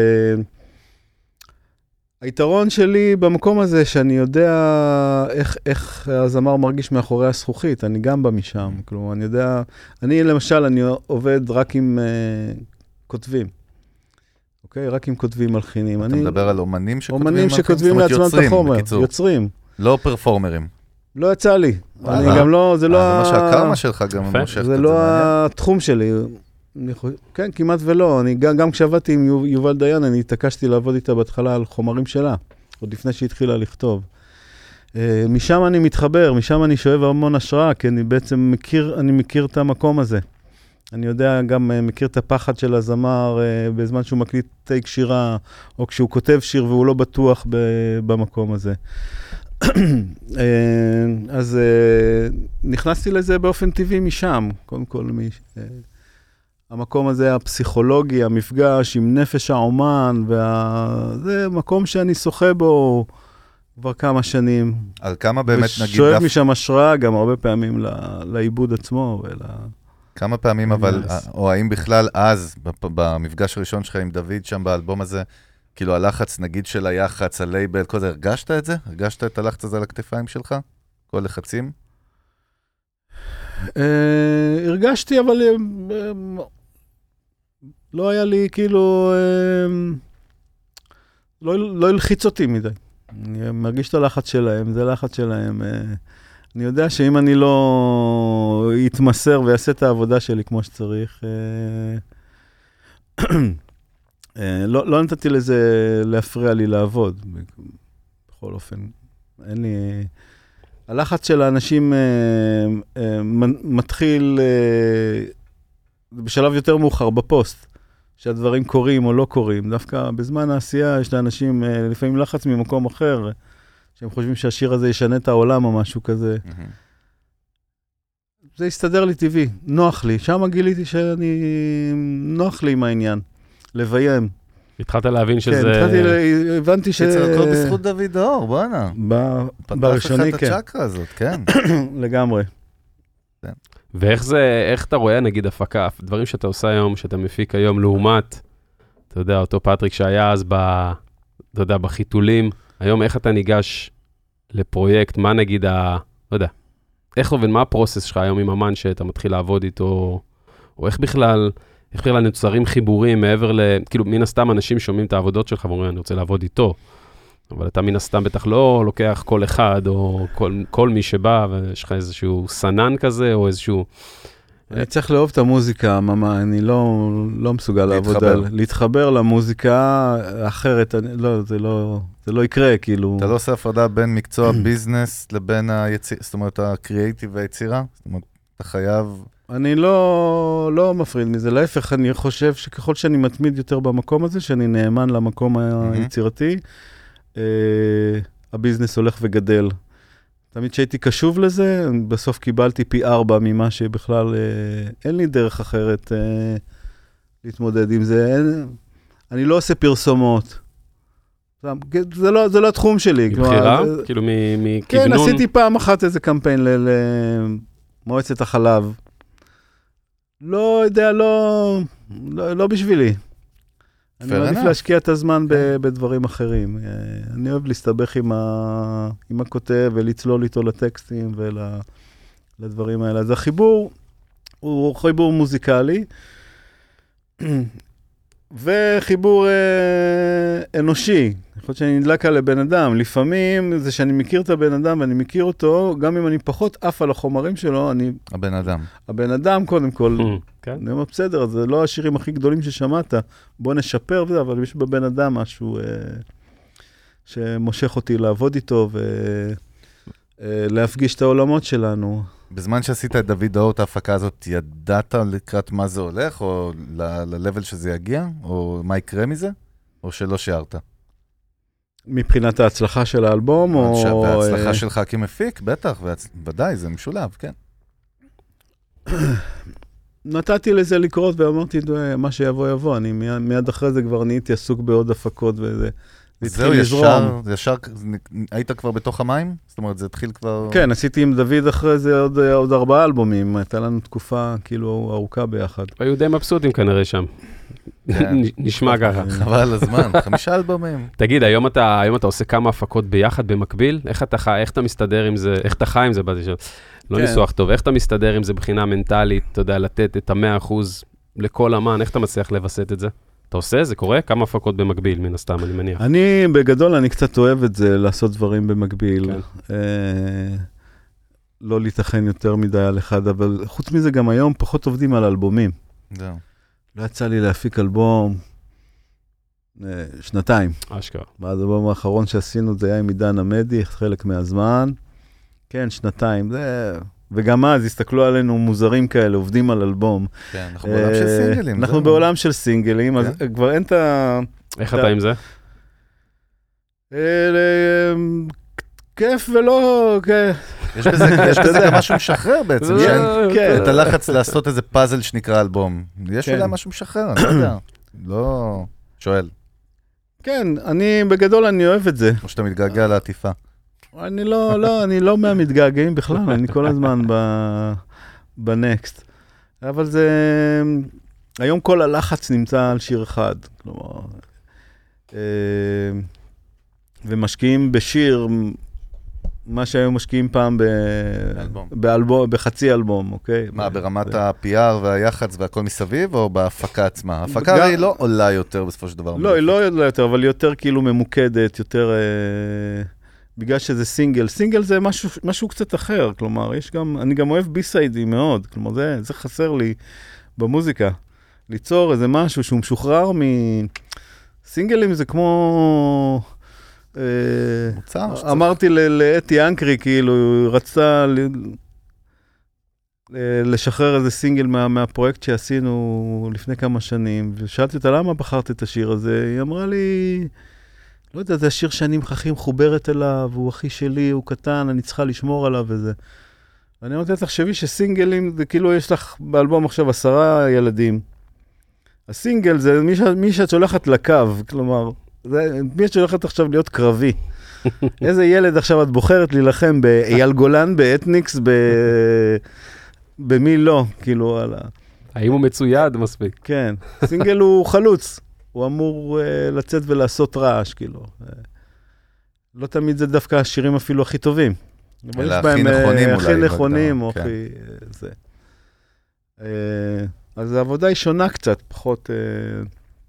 היתרון שלי במקום הזה, שאני יודע איך הזמר מרגיש מאחורי הזכוכית, אני גם בא משם. כלומר, אני יודע, אני למשל, אני עובד רק עם כותבים. אוקיי, רק אם כותבים מלחינים. אתה מדבר על אומנים שכותבים מלחינים? אומנים שכותבים לעצמם את החומר, יוצרים. לא פרפורמרים. לא יצא לי. אני גם לא, זה לא... זה מה שהקרמה שלך גם מושכת את זה. זה לא התחום שלי. כן, כמעט ולא. גם כשעבדתי עם יובל דיין, אני התעקשתי לעבוד איתה בהתחלה על חומרים שלה, עוד לפני שהתחילה לכתוב. משם אני מתחבר, משם אני שואב המון השראה, כי אני בעצם מכיר, אני מכיר את המקום הזה. אני יודע, גם מכיר את הפחד של הזמר בזמן שהוא מקליט טייק שירה, או כשהוא כותב שיר והוא לא בטוח במקום הזה. אז נכנסתי לזה באופן טבעי משם, קודם כל, המקום הזה הפסיכולוגי, המפגש עם נפש האומן, זה מקום שאני שוחה בו כבר כמה שנים. על כמה באמת נגיד... ושואב משם השראה גם הרבה פעמים לעיבוד עצמו ול... כמה פעמים, אבל, או האם בכלל אז, במפגש הראשון שלך עם דוד שם באלבום הזה, כאילו הלחץ, נגיד של היחץ, הלייבל, כל זה, הרגשת את זה? הרגשת את הלחץ הזה על הכתפיים שלך? כל לחצים? הרגשתי, אבל לא היה לי, כאילו, לא הלחיץ אותי מדי. אני מרגיש את הלחץ שלהם, זה לחץ שלהם. אני יודע שאם אני לא אתמסר ויעשה את העבודה שלי כמו שצריך, לא, לא נתתי לזה להפריע לי לעבוד. בכל אופן, אין לי... הלחץ של האנשים מתחיל בשלב יותר מאוחר בפוסט, שהדברים קורים או לא קורים. דווקא בזמן העשייה יש לאנשים לפעמים לחץ ממקום אחר, שהם חושבים שהשיר הזה ישנה את העולם או משהו כזה. זה יסתדר לי טבעי, נוח לי. שם גיליתי שאני... נוח לי עם העניין, לביים. התחלת להבין שזה... כן, התחלתי, הבנתי ש... קיצר, הכל בזכות דוד אור, בואנה. בראשוני, כן. פתח לך את הצ'קרה הזאת, כן. לגמרי. ואיך זה, איך אתה רואה, נגיד, הפקה, דברים שאתה עושה היום, שאתה מפיק היום, לעומת, אתה יודע, אותו פטריק שהיה אז ב... אתה יודע, בחיתולים, היום איך אתה ניגש לפרויקט, מה נגיד ה... לא יודע, איך עובד, מה הפרוסס שלך היום עם אמן שאתה מתחיל לעבוד איתו, או איך בכלל... איך בכלל נוצרים חיבורים מעבר ל... כאילו, מן הסתם אנשים שומעים את העבודות שלך ואומרים, אני רוצה לעבוד איתו. אבל אתה מן הסתם בטח לא לוקח כל אחד, או כל, כל מי שבא, ויש לך איזשהו סנן כזה, או איזשהו... אני צריך לאהוב את המוזיקה, ממש, אני לא, לא מסוגל לעבוד על... להתחבר למוזיקה, אחרת, אני, לא, זה לא, זה לא יקרה, כאילו... אתה לא עושה הפרדה בין מקצוע ביזנס לבין היציר... זאת אומרת, הקריאייטיב והיצירה? זאת אומרת, אתה חייב... אני לא, לא מפריד מזה, להפך, אני חושב שככל שאני מתמיד יותר במקום הזה, שאני נאמן למקום היצירתי, אה, הביזנס הולך וגדל. תמיד שהייתי קשוב לזה, בסוף קיבלתי פי ארבע ממה שבכלל, אה, אין לי דרך אחרת אה, להתמודד עם זה. אין, אני לא עושה פרסומות. זה לא, זה לא התחום שלי. מבחירה? כלומר, כאילו מכיוונון? כן, עשיתי פעם אחת איזה קמפיין למועצת החלב. לא יודע, לא, לא, לא בשבילי. אני מעדיף להשקיע את הזמן בדברים אחרים. אני אוהב להסתבך עם, ה, עם הכותב ולצלול איתו לטקסטים ולדברים האלה. אז החיבור הוא חיבור מוזיקלי, וחיבור אה, אנושי. יכול להיות שאני נדלק על לבן אדם. לפעמים זה שאני מכיר את הבן אדם ואני מכיר אותו, גם אם אני פחות אף על החומרים שלו, אני... הבן אדם. הבן אדם קודם כל. כן. אני אומר, בסדר, זה לא השירים הכי גדולים ששמעת, בוא נשפר וזה, אבל יש בבן אדם משהו אה, שמושך אותי לעבוד איתו ולהפגיש אה, את העולמות שלנו. בזמן שעשית את דוד אור, את ההפקה הזאת, ידעת לקראת מה זה הולך, או ל-level שזה יגיע, או מה יקרה מזה, או שלא שיערת? מבחינת ההצלחה של האלבום, או... וההצלחה שלך כמפיק, בטח, ודאי, זה משולב, כן. נתתי לזה לקרות, ואמרתי, מה שיבוא יבוא, אני מיד אחרי זה כבר נהייתי עסוק בעוד הפקות, וזה... זהו, ישר, ישר, היית כבר בתוך המים? זאת אומרת, זה התחיל כבר... כן, עשיתי עם דוד אחרי זה עוד, עוד ארבעה אלבומים, הייתה לנו תקופה כאילו ארוכה ביחד. היו די מבסוטים כנראה שם. נשמע ככה. חבל על הזמן, חמישה אלבומים. תגיד, היום אתה, היום אתה עושה כמה הפקות ביחד במקביל? איך אתה חי, איך אתה מסתדר עם זה, איך אתה חי עם זה? לא ניסוח טוב, איך אתה מסתדר עם זה בחינה מנטלית, אתה יודע, לתת את המאה אחוז לכל אמן, איך אתה מצליח לבסט את זה? אתה עושה? זה קורה? כמה הפקות במקביל, מן הסתם, אני מניח. אני, בגדול, אני קצת אוהב את זה, לעשות דברים במקביל. כן. אה, לא להתכן יותר מדי על אחד, אבל חוץ מזה גם היום פחות עובדים על אלבומים. זהו. לא יצא לי להפיק אלבום אה, שנתיים. אשכרה. באלבום האחרון שעשינו, זה היה עם עידן עמדי, חלק מהזמן. כן, שנתיים. זה... וגם אז הסתכלו עלינו מוזרים כאלה, עובדים על אלבום. כן, אנחנו בעולם של סינגלים. אנחנו בעולם של סינגלים, אז כבר אין את ה... איך אתה עם זה? כיף ולא... יש בזה גם משהו משחרר בעצם, את הלחץ לעשות איזה פאזל שנקרא אלבום. יש אולי משהו משחרר, אני לא יודע. לא... שואל. כן, אני, בגדול אני אוהב את זה. או שאתה מתגעגע לעטיפה. אני לא, לא, אני לא מהמתגעגעים בכלל, אני כל הזמן בנקסט. אבל זה, היום כל הלחץ נמצא על שיר אחד. כלומר, ומשקיעים בשיר מה שהיו משקיעים פעם באלבום, בחצי אלבום, אוקיי? מה, ברמת ה-פי אר והיח"צ והכל מסביב, או בהפקה עצמה? ההפקה היא לא עולה יותר בסופו של דבר. לא, היא לא עולה יותר, אבל יותר כאילו ממוקדת, יותר... בגלל שזה סינגל. סינגל זה משהו, משהו קצת אחר, כלומר, יש גם... אני גם אוהב בי-סיידים מאוד, כלומר, זה, זה חסר לי במוזיקה. ליצור איזה משהו שהוא משוחרר מ... סינגלים זה כמו... אמרתי לאתי אנקרי, כאילו, רצתה לשחרר איזה סינגל מהפרויקט שעשינו לפני כמה שנים, ושאלתי אותה, למה בחרת את השיר הזה? היא אמרה לי, לא יודע, זה השיר שאני הכי מחוברת אליו, הוא הכי שלי, הוא קטן, אני צריכה לשמור עליו וזה. ואני אמרתי, תחשבי שסינגלים, זה כאילו יש לך באלבום עכשיו עשרה ילדים. הסינגל זה מי שאת שולחת לקו, כלומר, זה, מי את שולחת עכשיו להיות קרבי? איזה ילד עכשיו את בוחרת להילחם באייל גולן, באתניקס, ב... במי לא, כאילו, על ה... האם הוא מצויד מספיק? כן, סינגל הוא חלוץ, הוא אמור uh, לצאת ולעשות רעש, כאילו. לא תמיד זה דווקא השירים אפילו הכי טובים. אלא הכי נכונים אולי. הכי נכונים, או הכי... זה. Uh, אז העבודה היא שונה קצת, פחות... Uh,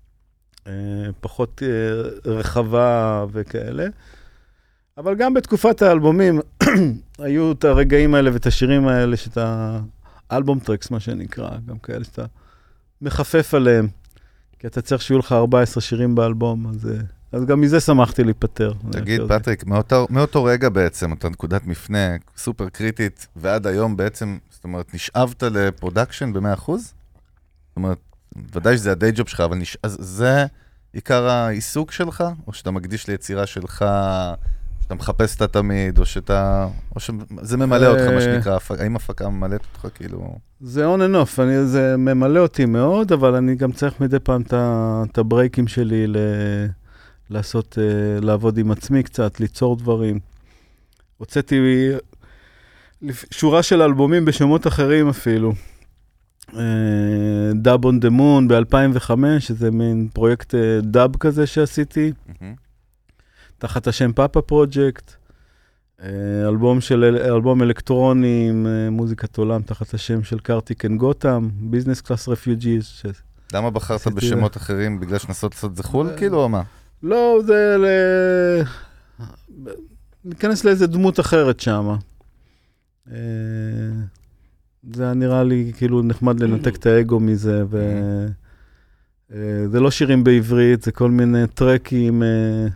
פחות רחבה וכאלה. אבל גם בתקופת האלבומים, היו את הרגעים האלה ואת השירים האלה, שאת האלבום טרקס, מה שנקרא, גם כאלה שאתה מחפף עליהם, כי אתה צריך שיהיו לך ארבעה עשר שירים באלבום, אז, אז גם מזה שמחתי להיפטר. תגיד, פטריק, מאותו, מאותו רגע בעצם, אותה נקודת מפנה סופר קריטית, ועד היום בעצם, זאת אומרת, נשאבת לפרודקשן ב-מאה אחוז? זאת אומרת, ודאי שזה הדיי ג'וב שלך, אבל נש... אז זה עיקר העיסוק שלך? או שאתה מקדיש ליצירה שלך, שאתה מחפש אותה תמיד, או שאתה... או שזה ממלא אותך, מה שנקרא, האם הפקה ממלאת אותך, כאילו... זה on and off, אני, זה ממלא אותי מאוד, אבל אני גם צריך מדי פעם את הברייקים שלי ל... לעשות, לעבוד עם עצמי קצת, ליצור דברים. הוצאתי שורה של אלבומים בשמות אחרים אפילו. דאב און דה מון ב-אלפיים וחמש, שזה מין פרויקט דאב כזה שעשיתי, תחת השם פאפה פרוג'קט, אלבום של אלבום אלקטרוני עם מוזיקת עולם תחת השם של קרטיק אנד גותם, ביזנס קלאס רפיוג'יז. למה בחרת בשמות אחרים? בגלל שנסות לעשות זה חול כאילו או מה? לא, זה להיכנס לאיזה דמות אחרת שם. זה היה נראה לי כאילו נחמד לנתק את האגו מזה, וזה לא שירים בעברית, זה כל מיני טרקים,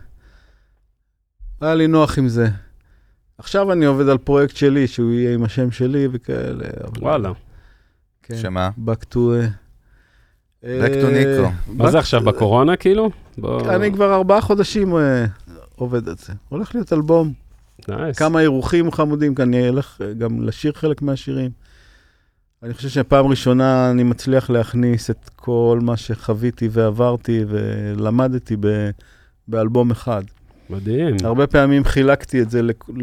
היה לי נוח עם זה. עכשיו אני עובד על פרויקט שלי, שהוא יהיה עם השם שלי וכאלה. וואלה. שמה? Back to... Back to Nico. מה זה עכשיו, בקורונה כאילו? אני כבר ארבעה חודשים עובד את זה. הולך להיות אלבום. כמה אירוחים חמודים, כי אני אלך גם לשיר חלק מהשירים. אני חושב שפעם ראשונה אני מצליח להכניס את כל מה שחוויתי ועברתי ולמדתי ב, באלבום אחד. מדהים. הרבה פעמים חילקתי את זה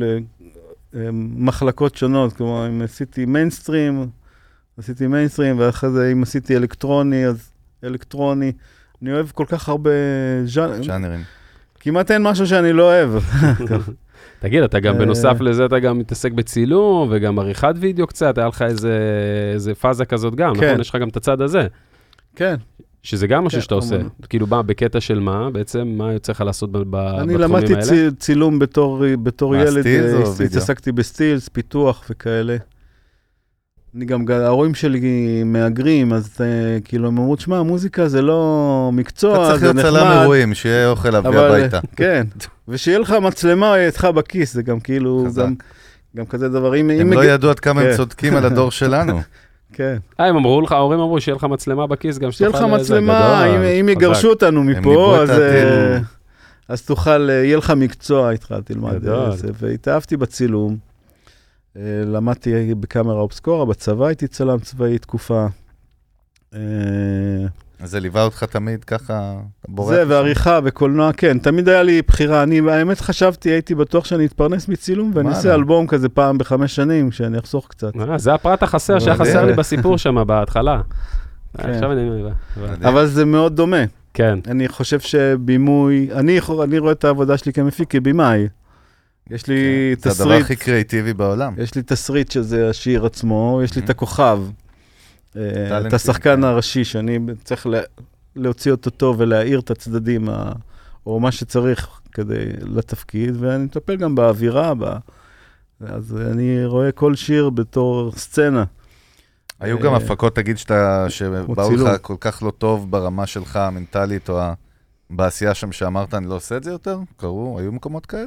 למחלקות שונות, כלומר, אם עשיתי מיינסטרים, עשיתי מיינסטרים, ואחרי זה אם עשיתי אלקטרוני, אז אלקטרוני. אני אוהב כל כך הרבה ז'אנרים. כמעט אין משהו שאני לא אוהב. תגיד, אתה גם בנוסף לזה, אתה גם מתעסק בצילום, וגם עריכת וידאו קצת, היה לך איזה פאזה כזאת גם, נכון? יש לך גם את הצד הזה. כן. שזה גם משהו שאתה עושה. כאילו, בא בקטע של מה? בעצם, מה יוצא לך לעשות בתחומים האלה? אני למדתי צילום בתור ילד, התעסקתי בסטילס, פיתוח וכאלה. אני גם, ההורים שלי מהגרים, אז כאילו, הם אמרו, שמה, המוזיקה זה לא מקצוע, זה נחמד. אתה צריך להיות צלם אירועים, שיהיה אוכל להביא הביתה. כן, ושיהיה לך מצלמה איתך בכיס, זה גם כאילו, גם כזה דברים. הם לא ידעו עד כמה הם צודקים על הדור שלנו. כן. אה, הם אמרו לך, ההורים אמרו, שיהיה לך מצלמה בכיס, גם שיהיה לך מצלמה, אם יגרשו אותנו מפה, אז תוכל, יהיה לך מקצוע, איתך תלמד. והתאהבתי בצילום. למדתי בקאמרה אובסקורה, בצבא הייתי צלם צבאי תקופה. אז זה ליווה אותך תמיד ככה בורח? זה, ועריכה וקולנוע, כן. תמיד היה לי בחירה. אני, האמת חשבתי, הייתי בטוח שאני אתפרנס מצילום, ואני אעשה אלבום כזה פעם בחמש שנים, שאני אחסוך קצת. זה הפרט החסר, שהיה חסר לי בסיפור שם בהתחלה. עכשיו אני... אבל זה מאוד דומה. כן. אני חושב שבימוי, אני רואה את העבודה שלי כמפיק כבימאי. יש לי תסריט. זה הדבר הכי קריאטיבי בעולם. יש לי תסריט שזה השיר עצמו, יש לי את הכוכב, את השחקן הראשי, שאני צריך להוציא אותו טוב ולהאיר את הצדדים, או מה שצריך כדי לתפקיד, ואני מטפל גם באווירה, אז אני רואה כל שיר בתור סצנה. היו גם הפקות, תגיד, שבאו לך כל כך לא טוב ברמה שלך, המנטלית, או בעשייה שם שאמרת, אני לא עושה את זה יותר? קראו, היו מקומות כאלה?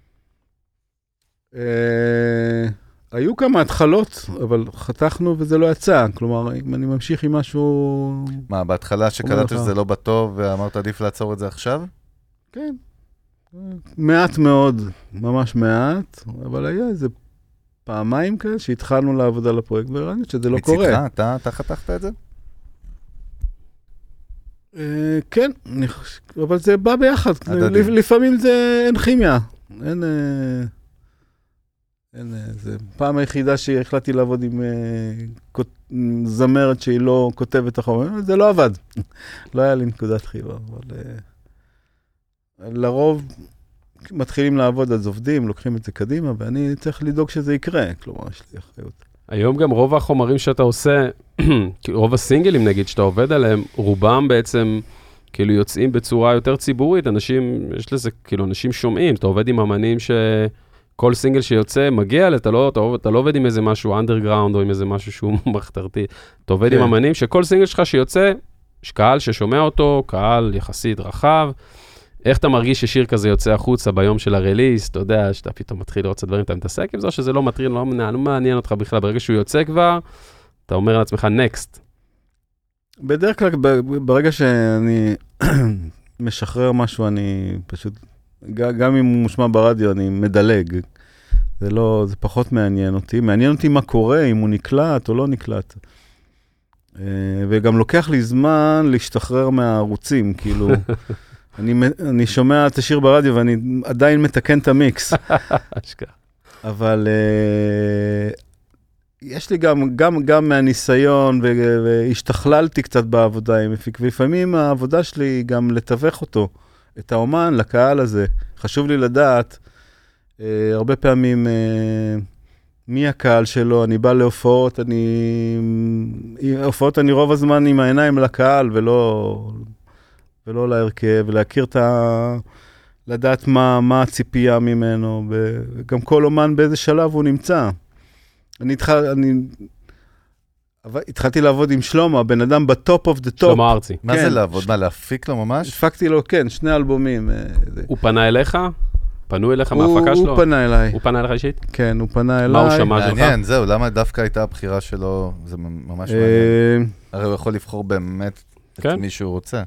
היו כמה התחלות, אבל חתכנו וזה לא יצא. כלומר, אם אני ממשיך עם משהו... מה, בהתחלה שקלטת שזה לא בטוב, ואמרת עדיף לעצור את זה עכשיו? כן. מעט מאוד, ממש מעט, אבל היה איזה פעמיים כאלה שהתחלנו לעבוד על הפרויקט, וראינו שזה לא קורה. מצידך, אתה, אתה חתכת את זה? כן, אבל זה בא ביחד. לפעמים זה אין כימיה. אין... אין, זה פעם היחידה שהחלטתי לעבוד עם זמרת שהיא לא כותבת החומר, זה לא עבד. לא היה לי נקודת חיבה, אבל לרוב מתחילים לעבוד, אז עובדים, לוקחים את זה קדימה, ואני צריך לדאוג שזה יקרה, כלומר, יש לי אחריות. היום גם רוב החומרים שאתה עושה, רוב הסינגלים נגיד, שאתה עובד עליהם, רובם בעצם כאילו יוצאים בצורה יותר ציבורית, אנשים, יש לזה, כאילו, אנשים שומעים, אתה עובד עם אמנים ש... כל סינגל שיוצא, מגיע, אתה לא, אתה, אתה לא עובד עם איזה משהו אנדרגראונד, או עם איזה משהו שהוא מחתרתי. אתה עובד עם אמנים שכל סינגל שלך שיוצא, יש קהל ששומע אותו, קהל יחסית רחב. איך אתה מרגיש ששיר כזה יוצא החוצה ביום של הרליס, אתה יודע, שאתה פתאום מתחיל לראות את הדברים, אתה מתעסק עם זה, שזה לא מטריד, לא מעניין אותך בכלל. ברגע שהוא יוצא כבר, אתה אומר לעצמך, נקסט. בדרך כלל, ברגע שאני משחרר משהו, אני פשוט... גם אם הוא מושמע ברדיו, אני מדלג. זה לא, זה פחות מעניין אותי. מעניין אותי מה קורה, אם הוא נקלט או לא נקלט. וגם לוקח לי זמן להשתחרר מהערוצים, כאילו, אני, אני שומע את השיר ברדיו ואני עדיין מתקן את המיקס. אבל יש לי גם, גם, גם מהניסיון, והשתכללתי קצת בעבודה עם מפיק, ולפעמים העבודה שלי היא גם לתווך אותו. את האומן לקהל הזה. חשוב לי לדעת, אה, הרבה פעמים, אה, מי הקהל שלו, אני בא להופעות, אני, הופעות אני רוב הזמן עם העיניים לקהל, ולא, ולא להרכב, ולהכיר את ה... לדעת מה, מה הציפייה ממנו, וגם כל אומן באיזה שלב הוא נמצא. אני התחל, אני... אבל התחלתי לעבוד עם שלמה, בן אדם בטופ אוף דה טופ. שלמה ארצי. מה זה לעבוד? מה, להפיק לו ממש? הפקתי לו, כן, שני אלבומים. הוא פנה אליך? פנו אליך מההפקה שלו? הוא פנה אליי. הוא פנה אליך אישית? כן, הוא פנה אליי. מה הוא שמע שלך? מעניין, זהו, למה דווקא הייתה הבחירה שלו? זה ממש מעניין. הרי הוא יכול לבחור באמת את מי שהוא רוצה.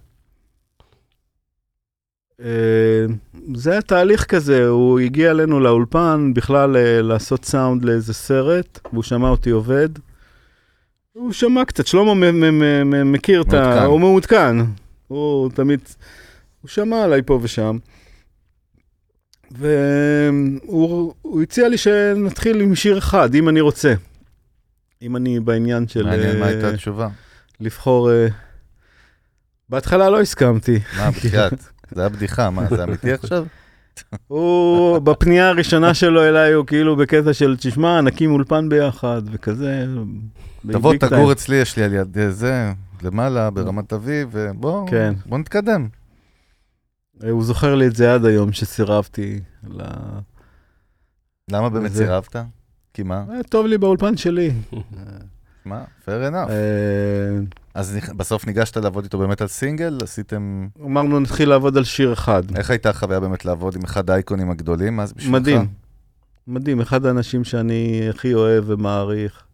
זה התהליך כזה, הוא הגיע אלינו לאולפן, בכלל לעשות סאונד לאיזה סרט, והוא שמע אותי עובד. הוא שמע קצת, שלמה מכיר את ה... הוא מעודכן. הוא תמיד... הוא שמע עליי פה ושם. והוא הציע לי שנתחיל עם שיר אחד, אם אני רוצה. אם אני בעניין של... מעניין, מה הייתה התשובה? לבחור... בהתחלה לא הסכמתי. מה, בחייאת? זה היה בדיחה, מה, זה אמיתי עכשיו? הוא, בפנייה הראשונה שלו אליי, הוא כאילו בקטע של, תשמע, נקים אולפן ביחד, וכזה... תבוא, תגור אצלי, יש לי על יד זה, למעלה, ברמת אביב, ובוא, כן. בוא נתקדם. הוא זוכר לי את זה עד היום, שסירבתי ל... למה באמת זה... סירבת? כי מה? טוב לי באולפן שלי. מה? fair enough. אז בסוף ניגשת לעבוד איתו באמת על סינגל? עשיתם... אמרנו, נתחיל לעבוד על שיר אחד. איך הייתה החוויה באמת לעבוד עם אחד האייקונים הגדולים? מדהים. מדהים, אחד האנשים שאני הכי אוהב ומעריך.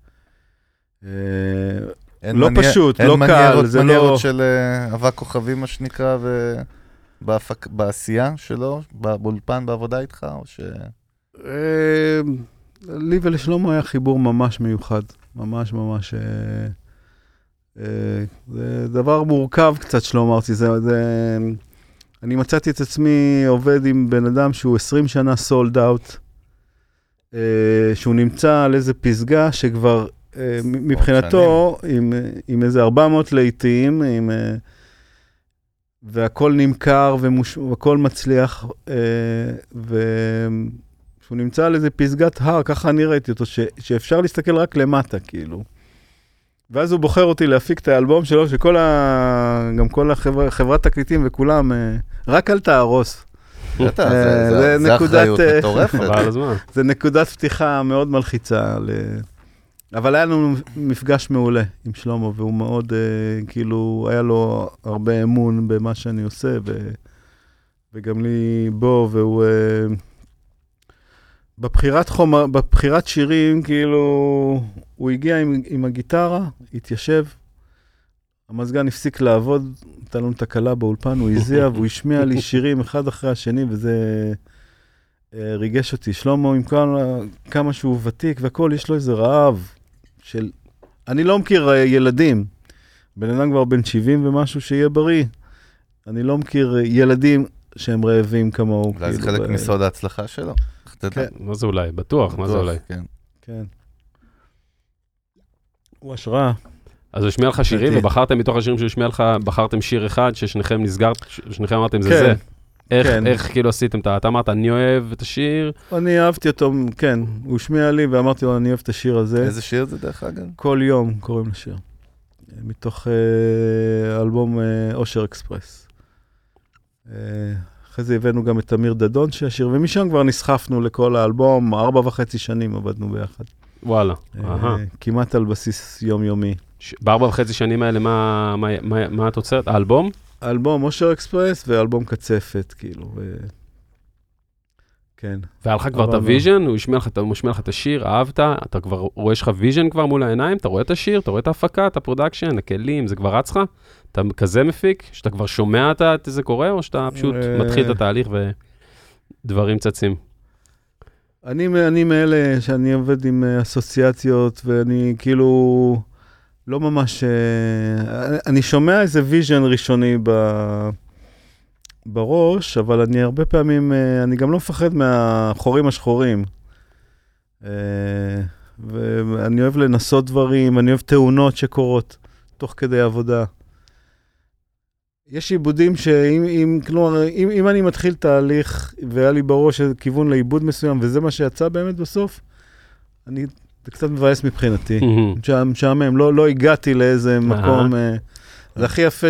לא פשוט, לא קל. אין מניירות של אבק כוכבים, מה שנקרא, בעשייה שלו, באולפן, בעבודה איתך, או ש... לי ולשלמה היה חיבור ממש מיוחד. ממש ממש... זה דבר מורכב קצת, שלמה ארצי. זה, זה... אני מצאתי את עצמי עובד עם בן אדם שהוא עשרים שנה סולד אאוט, שהוא נמצא על איזה פסגה שכבר מבחינתו, עם, עם איזה ארבע מאות לעיתים, עם, והכל נמכר ומוש... והכל מצליח, שהוא נמצא על איזה פסגת הר, ככה אני ראיתי אותו, ש, שאפשר להסתכל רק למטה, כאילו. ואז הוא בוחר אותי להפיק את האלבום שלו, שכל ה... גם כל החברת החבר, תקליטים וכולם, רק אל תהרוס. זה אחריות מטורפת. זה נקודת פתיחה מאוד מלחיצה. אבל היה לנו מפגש מעולה עם שלמה, והוא מאוד, כאילו, היה לו הרבה אמון במה שאני עושה, וגם לי בו, והוא... בבחירת חומר, בבחירת שירים, כאילו, הוא הגיע עם, עם הגיטרה, התיישב, המזגן הפסיק לעבוד, הייתה לנו תקלה באולפן, הוא הזיע, והוא השמיע לי שירים אחד אחרי השני, וזה אה, ריגש אותי. שלמה, עם כמה, כמה שהוא ותיק והכל, יש לו איזה רעב של... אני לא מכיר ילדים, בן אדם כבר בן שבעים ומשהו שיהיה בריא, אני לא מכיר ילדים שהם רעבים כמוהו. אולי זה חלק מסוד ההצלחה שלו. מה זה אולי? בטוח, מה זה אולי? כן. הוא השראה. אז הוא השמיע לך שירים, ובחרתם מתוך השירים שהוא השמיע לך, בחרתם שיר אחד, ששניכם נסגר, שניכם אמרתם זה זה. איך כאילו עשיתם? אתה אמרת, אני אוהב את השיר? אני אהבתי אותו, כן. הוא השמיע לי ואמרתי לו, אני אוהב את השיר הזה. איזה שיר זה דרך אגב? כל יום קוראים לשיר. מתוך אלבום אושר אקספרס. אחרי זה הבאנו גם את אמיר דדון שהשיר, ומשם כבר נסחפנו לכל האלבום, ארבע וחצי שנים עבדנו ביחד. וואלה. כמעט על בסיס יומיומי. בארבע וחצי שנים האלה, מה את עוצרת? האלבום? האלבום אושר אקספרס ואלבום קצפת, כאילו. כן. והיה לך כבר את הוויז'ן, הוא משמיע לך את השיר, אהבת, אתה כבר רואה לך ויז'ן כבר מול העיניים, אתה רואה את השיר, אתה רואה את ההפקה, את הפרודקשן, הכלים, זה כבר רץ לך? אתה כזה מפיק, שאתה כבר שומע את זה קורה, או שאתה פשוט מתחיל את התהליך ודברים צצים? אני, אני מאלה שאני עובד עם אסוציאציות, ואני כאילו לא ממש... אני שומע איזה ויז'ן ראשוני ב, בראש, אבל אני הרבה פעמים, אני גם לא מפחד מהחורים השחורים. ואני אוהב לנסות דברים, אני אוהב תאונות שקורות תוך כדי עבודה. יש עיבודים שאם, אם, כלומר, אם, אם אני מתחיל תהליך, והיה לי בראש כיוון לעיבוד מסוים, וזה מה שיצא באמת בסוף, אני, זה קצת מבאס מבחינתי. משעמם, לא, לא הגעתי לאיזה מקום. זה הכי יפה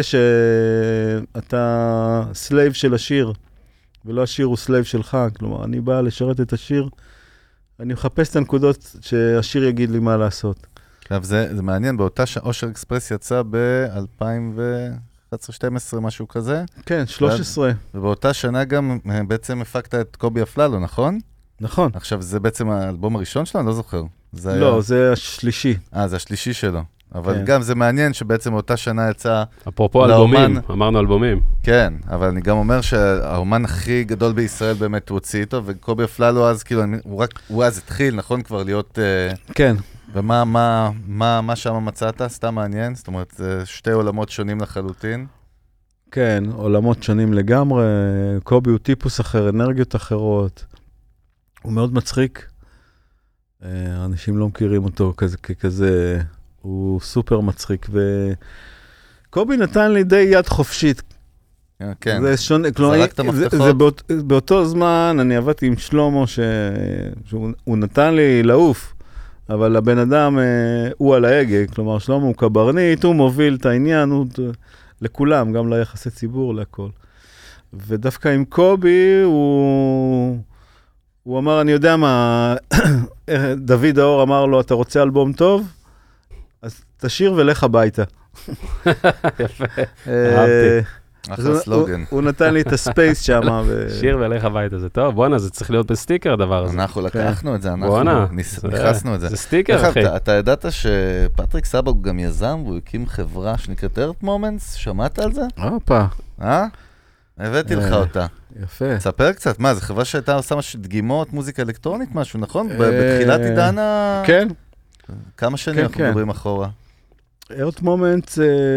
שאתה סלייב של השיר, ולא השיר הוא סלייב שלך. כלומר, אני בא לשרת את השיר, אני מחפש את הנקודות שהשיר יגיד לי מה לעשות. עכשיו, זה, זה מעניין, באותה אושר אקספרס יצא ב-אלפיים ואחת עשרה שתים עשרה, משהו כזה. כן, שלוש עשרה. ובאותה שנה גם בעצם הפקת את קובי אפללו, נכון? נכון. עכשיו, זה בעצם האלבום הראשון שלו? אני לא זוכר. זה לא, היה... זה השלישי. אה, זה השלישי שלו. אבל כן. גם זה מעניין שבעצם אותה שנה יצא... אפרופו אלבומים, אמרנו אלבומים. כן, אבל אני גם אומר שהאומן הכי גדול בישראל באמת הוא הוציא איתו, וקובי אפללו אז, כאילו, הוא רק, הוא אז התחיל, נכון, כבר להיות... כן. ומה, מה, מה, מה שם מצאת? סתם מעניין? זאת אומרת, זה שתי עולמות שונים לחלוטין. כן, עולמות שונים לגמרי. קובי הוא טיפוס אחר, אנרגיות אחרות. הוא מאוד מצחיק. אנשים לא מכירים אותו כזה, ככזה... הוא סופר מצחיק, וקובי נתן לי די יד חופשית. כן, זה שונה, כלומר, זרק את המפתחות. זה, זה באות, באותו זמן אני עבדתי עם שלמה, ש... שהוא נתן לי לעוף, אבל הבן אדם הוא על ההגה, כלומר, שלמה הוא קברניט, הוא מוביל את העניין, הוא... לכולם, גם ליחסי ציבור, להכל. ודווקא עם קובי, הוא... הוא אמר, אני יודע מה, דוד האור אמר לו, אתה רוצה אלבום טוב? אז תשאיר ולך הביתה. יפה, אהבתי. אחלה סלוגן. הוא נתן לי את הספייס שם. שיר ולך הביתה, זה טוב. בואנה, זה צריך להיות בסטיקר הדבר הזה. אנחנו לקחנו את זה, אנחנו נכנסנו את זה. זה סטיקר, אחי. אתה ידעת שפטריק סבג גם יזם, והוא הקים חברה שנקראת Earth Moments? שמעת על זה? הופה. אה? הבאתי לך אותה. יפה. תספר קצת, מה, זו חברה שהייתה עושה משהו דגימות, מוזיקה אלקטרונית, משהו, נכון? בתחילת עידן ה... כן. כמה שנים אנחנו מדברים אחורה? Earth Moments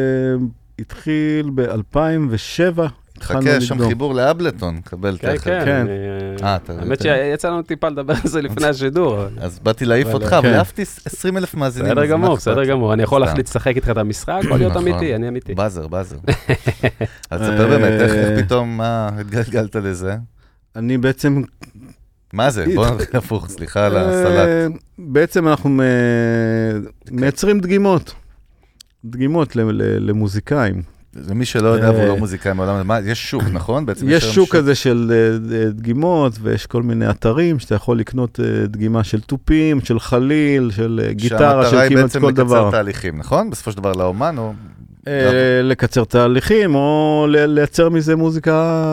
התחיל ב-אלפיים ושבע. חכה, יש שם חיבור לאבלטון, קבל תכף. כן, כן. האמת שיצא לנו טיפה לדבר על זה לפני השידור. אז באתי להעיף אותך, ולהפתי עשרים אלף מאזינים. בסדר גמור, בסדר גמור. אני יכול להחליט לשחק איתך את המשחק, או להיות אמיתי, אני אמיתי. באזר, באזר. אז תספר באמת, איך פתאום, מה התגלגלת לזה? אני בעצם מה זה? בוא נתחיל הפוך, סליחה על הסלט. בעצם אנחנו מייצרים דגימות. דגימות למוזיקאים. למי שלא יודע, הוא לא מוזיקאי מעולם, יש שוק, נכון? יש שוק כזה של דגימות, ויש כל מיני אתרים שאתה יכול לקנות דגימה של טופים, של חליל, של גיטרה, של כמעט כל דבר. שהמטרה היא בעצם לקצר תהליכים, נכון? בסופו של דבר לאומן או... לקצר תהליכים, או לייצר מזה מוזיקה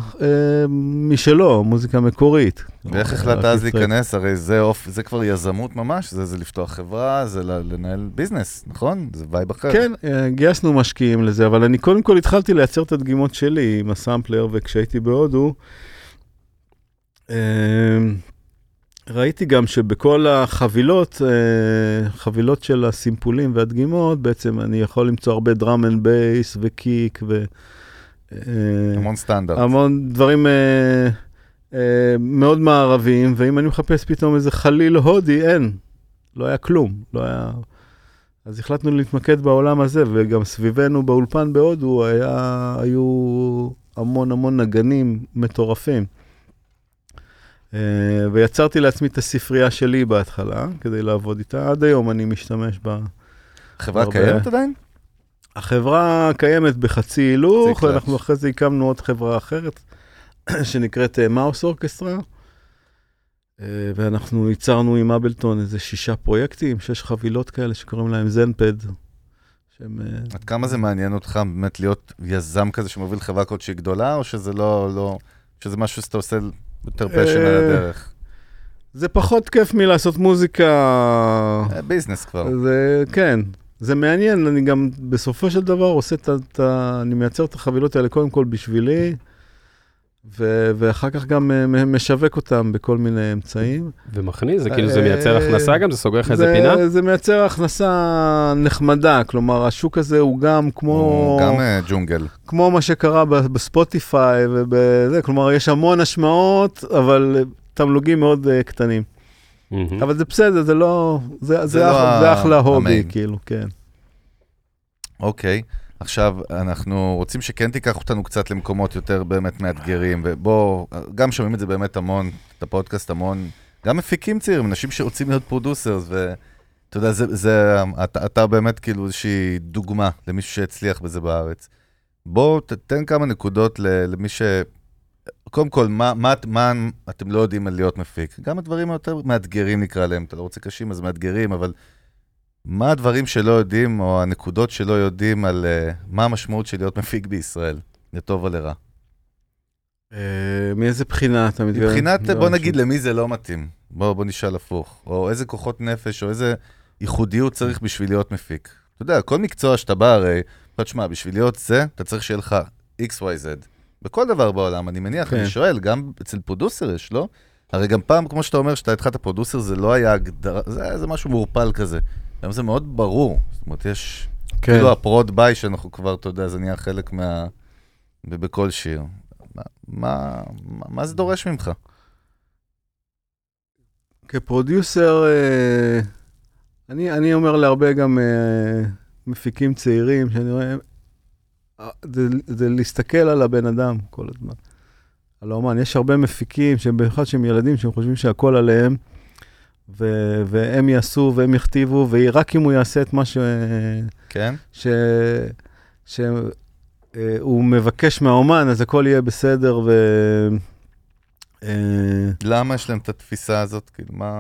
משלו, מוזיקה מקורית. ואיך החלטת אז להיכנס? הרי זה כבר יזמות ממש, זה לפתוח חברה, זה לנהל ביזנס, נכון? זה וייב אחר. כן, גייסנו משקיעים לזה, אבל אני קודם כל התחלתי לייצר את הדגימות שלי עם הסמפלר, וכשהייתי בהודו, ראיתי גם שבכל החבילות, חבילות של הסימפולים והדגימות, בעצם אני יכול למצוא הרבה דראם אנד בייס וקיק ו... המון סטנדרט. המון דברים מאוד מערביים, ואם אני מחפש פתאום איזה חליל הודי, אין. לא היה כלום. לא היה... אז החלטנו להתמקד בעולם הזה, וגם סביבנו באולפן בהודו היה, היו המון המון נגנים מטורפים. ויצרתי לעצמי את הספרייה שלי בהתחלה, כדי לעבוד איתה. עד היום אני משתמש בה. החברה קיימת עדיין? החברה קיימת בחצי הילוך, ואנחנו אחרי זה הקמנו עוד חברה אחרת, שנקראת מאוס אורקסטרה, ואנחנו ייצרנו עם אבלטון איזה שישה פרויקטים, שש חבילות כאלה שקוראים להם זנפד. עד כמה זה מעניין אותך באמת להיות יזם כזה שמוביל חברה כזאת שהיא גדולה, או שזה לא, לא, שזה משהו שאתה עושה יותר פשן על הדרך? זה פחות כיף מלעשות מוזיקה... ביזנס כבר. זה, כן, זה מעניין, אני גם בסופו של דבר עושה את ה... אני מייצר את החבילות האלה קודם כל בשבילי, ו- ואחר כך גם משווק אותם בכל מיני אמצעים. ומכניס, זה כאילו זה מייצר הכנסה גם? זה סוגר לך איזה פינה? זה מייצר הכנסה נחמדה, כלומר השוק הזה הוא גם כמו... הוא גם ג'ונגל. כמו מה שקרה בספוטיפיי ובזה, כלומר יש המון השמעות, אבל תמלוגים מאוד קטנים. אבל זה בסדר, זה לא... זה אחלה הובי, כאילו, כן. אוקיי. עכשיו, אנחנו רוצים שכן תיקח אותנו קצת למקומות יותר באמת מאתגרים, ובוא, גם שומעים את זה באמת המון, את הפודקאסט המון, גם מפיקים צעירים, אנשים שרוצים להיות פרודוסרס, ואתה יודע, זה, זה, אתה, אתה באמת כאילו איזושהי דוגמה למישהו שהצליח בזה בארץ. בוא, תתן כמה נקודות למי ש... קודם כל, מה, מה, מה אתם לא יודעים על להיות מפיק? גם הדברים היותר מאתגרים נקרא להם, אתה לא רוצה קשים, אז מאתגרים, אבל... מה הדברים שלא יודעים, או הנקודות שלא יודעים על uh, מה המשמעות של להיות מפיק בישראל, לטוב או לרע? Uh, מאיזה בחינה אתה מתגלל? מבחינת, בוא נגיד למי זה לא מתאים. בוא, בוא נשאל הפוך. או איזה כוחות נפש, או איזה ייחודיות צריך בשביל להיות מפיק. אתה יודע, כל מקצוע שאתה בא הרי, תשמע, בשביל להיות זה, אתה צריך שיהיה לך אקס וואי זד. בכל דבר בעולם, אני מניח, אני שואל, גם אצל פרודוסר יש, לא? הרי גם פעם, כמו שאתה אומר, שאתה התחלת פרודוסר, זה לא היה הגדרה, זה, זה משהו מעורפל כזה. גם זה מאוד ברור, זאת אומרת, יש כאילו הפרוד ביי שאנחנו כבר, אתה יודע, זה נהיה חלק מה... בכל שיר. מה, מה, מה זה דורש ממך? כפרודיוסר, אני, אני אומר להרבה גם מפיקים צעירים, שאני רואה, זה, זה להסתכל על הבן אדם כל הזמן. על האומן, יש הרבה מפיקים, שהם במיוחד שהם ילדים, שהם חושבים שהכל עליהם, ו- והם יעשו והם יכתיבו, ורק אם הוא יעשה את מה ש... כן? ש... שהוא מבקש מהאומן, אז הכל יהיה בסדר, ו... למה יש להם את התפיסה הזאת? כאילו, מה...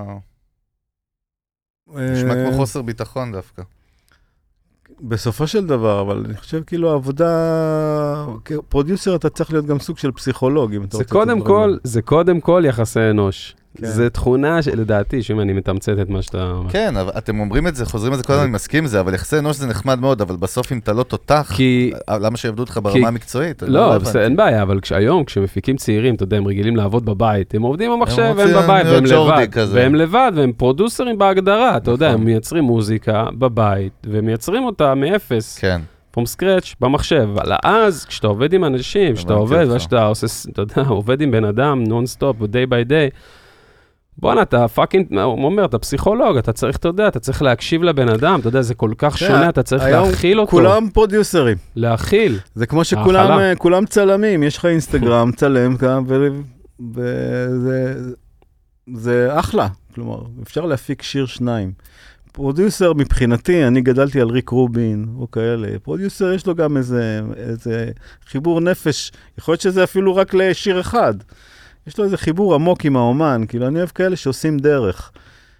נשמע כמו חוסר ביטחון דווקא. בסופו של דבר, אבל אני חושב כאילו העבודה, פרודיוסר אתה צריך להיות גם סוג של פסיכולוג. זה קודם כל, זה קודם כל יחסי אנוש. זה תכונה שלדעתי, שאם אני מתמצת את מה שאתה... כן, אבל אתם אומרים את זה, חוזרים את זה, כל הזמן אני מסכים עם זה, אבל יחסי אנוש זה נחמד מאוד, אבל בסוף אם אתה לא תותח, למה שיעבדו אותך ברמה המקצועית? לא, אין בעיה, אבל היום, כשמפיקים צעירים, אתה יודע, הם רגילים לעבוד בבית, הם עובדים במחשב, והם בבית, והם לבד, והם לבד, והם פרודוסרים בהגדרה, אתה יודע, הם מייצרים מוזיקה בבית, והם מייצרים אותה מאפס. כן. from scratch במחשב, אבל אז כשאתה עובד עם אנשים, כשאתה עובד, ושאתה עושה, אתה יודע, עובד עם בן אדם, non-stop, day by day, בוא'נה, אתה פאקינג, הוא אומר, אתה פסיכולוג, אתה צריך, אתה יודע, אתה צריך להקשיב לבן אדם, אתה יודע, זה כל כך שונה, אתה צריך להכיל אותו. כולם פרודיוסרים. להכיל. זה כמו שכולם צלמים, יש לך אינסטגרם, צלם, וזה, זה אחלה, כלומר, אפשר להפיק שיר שניים. פרודיוסר מבחינתי, אני גדלתי על ריק רובין או כאלה, פרודיוסר יש לו גם איזה, איזה חיבור נפש, יכול להיות שזה אפילו רק לשיר אחד. יש לו איזה חיבור עמוק עם האומן, כאילו אני אוהב כאלה שעושים דרך.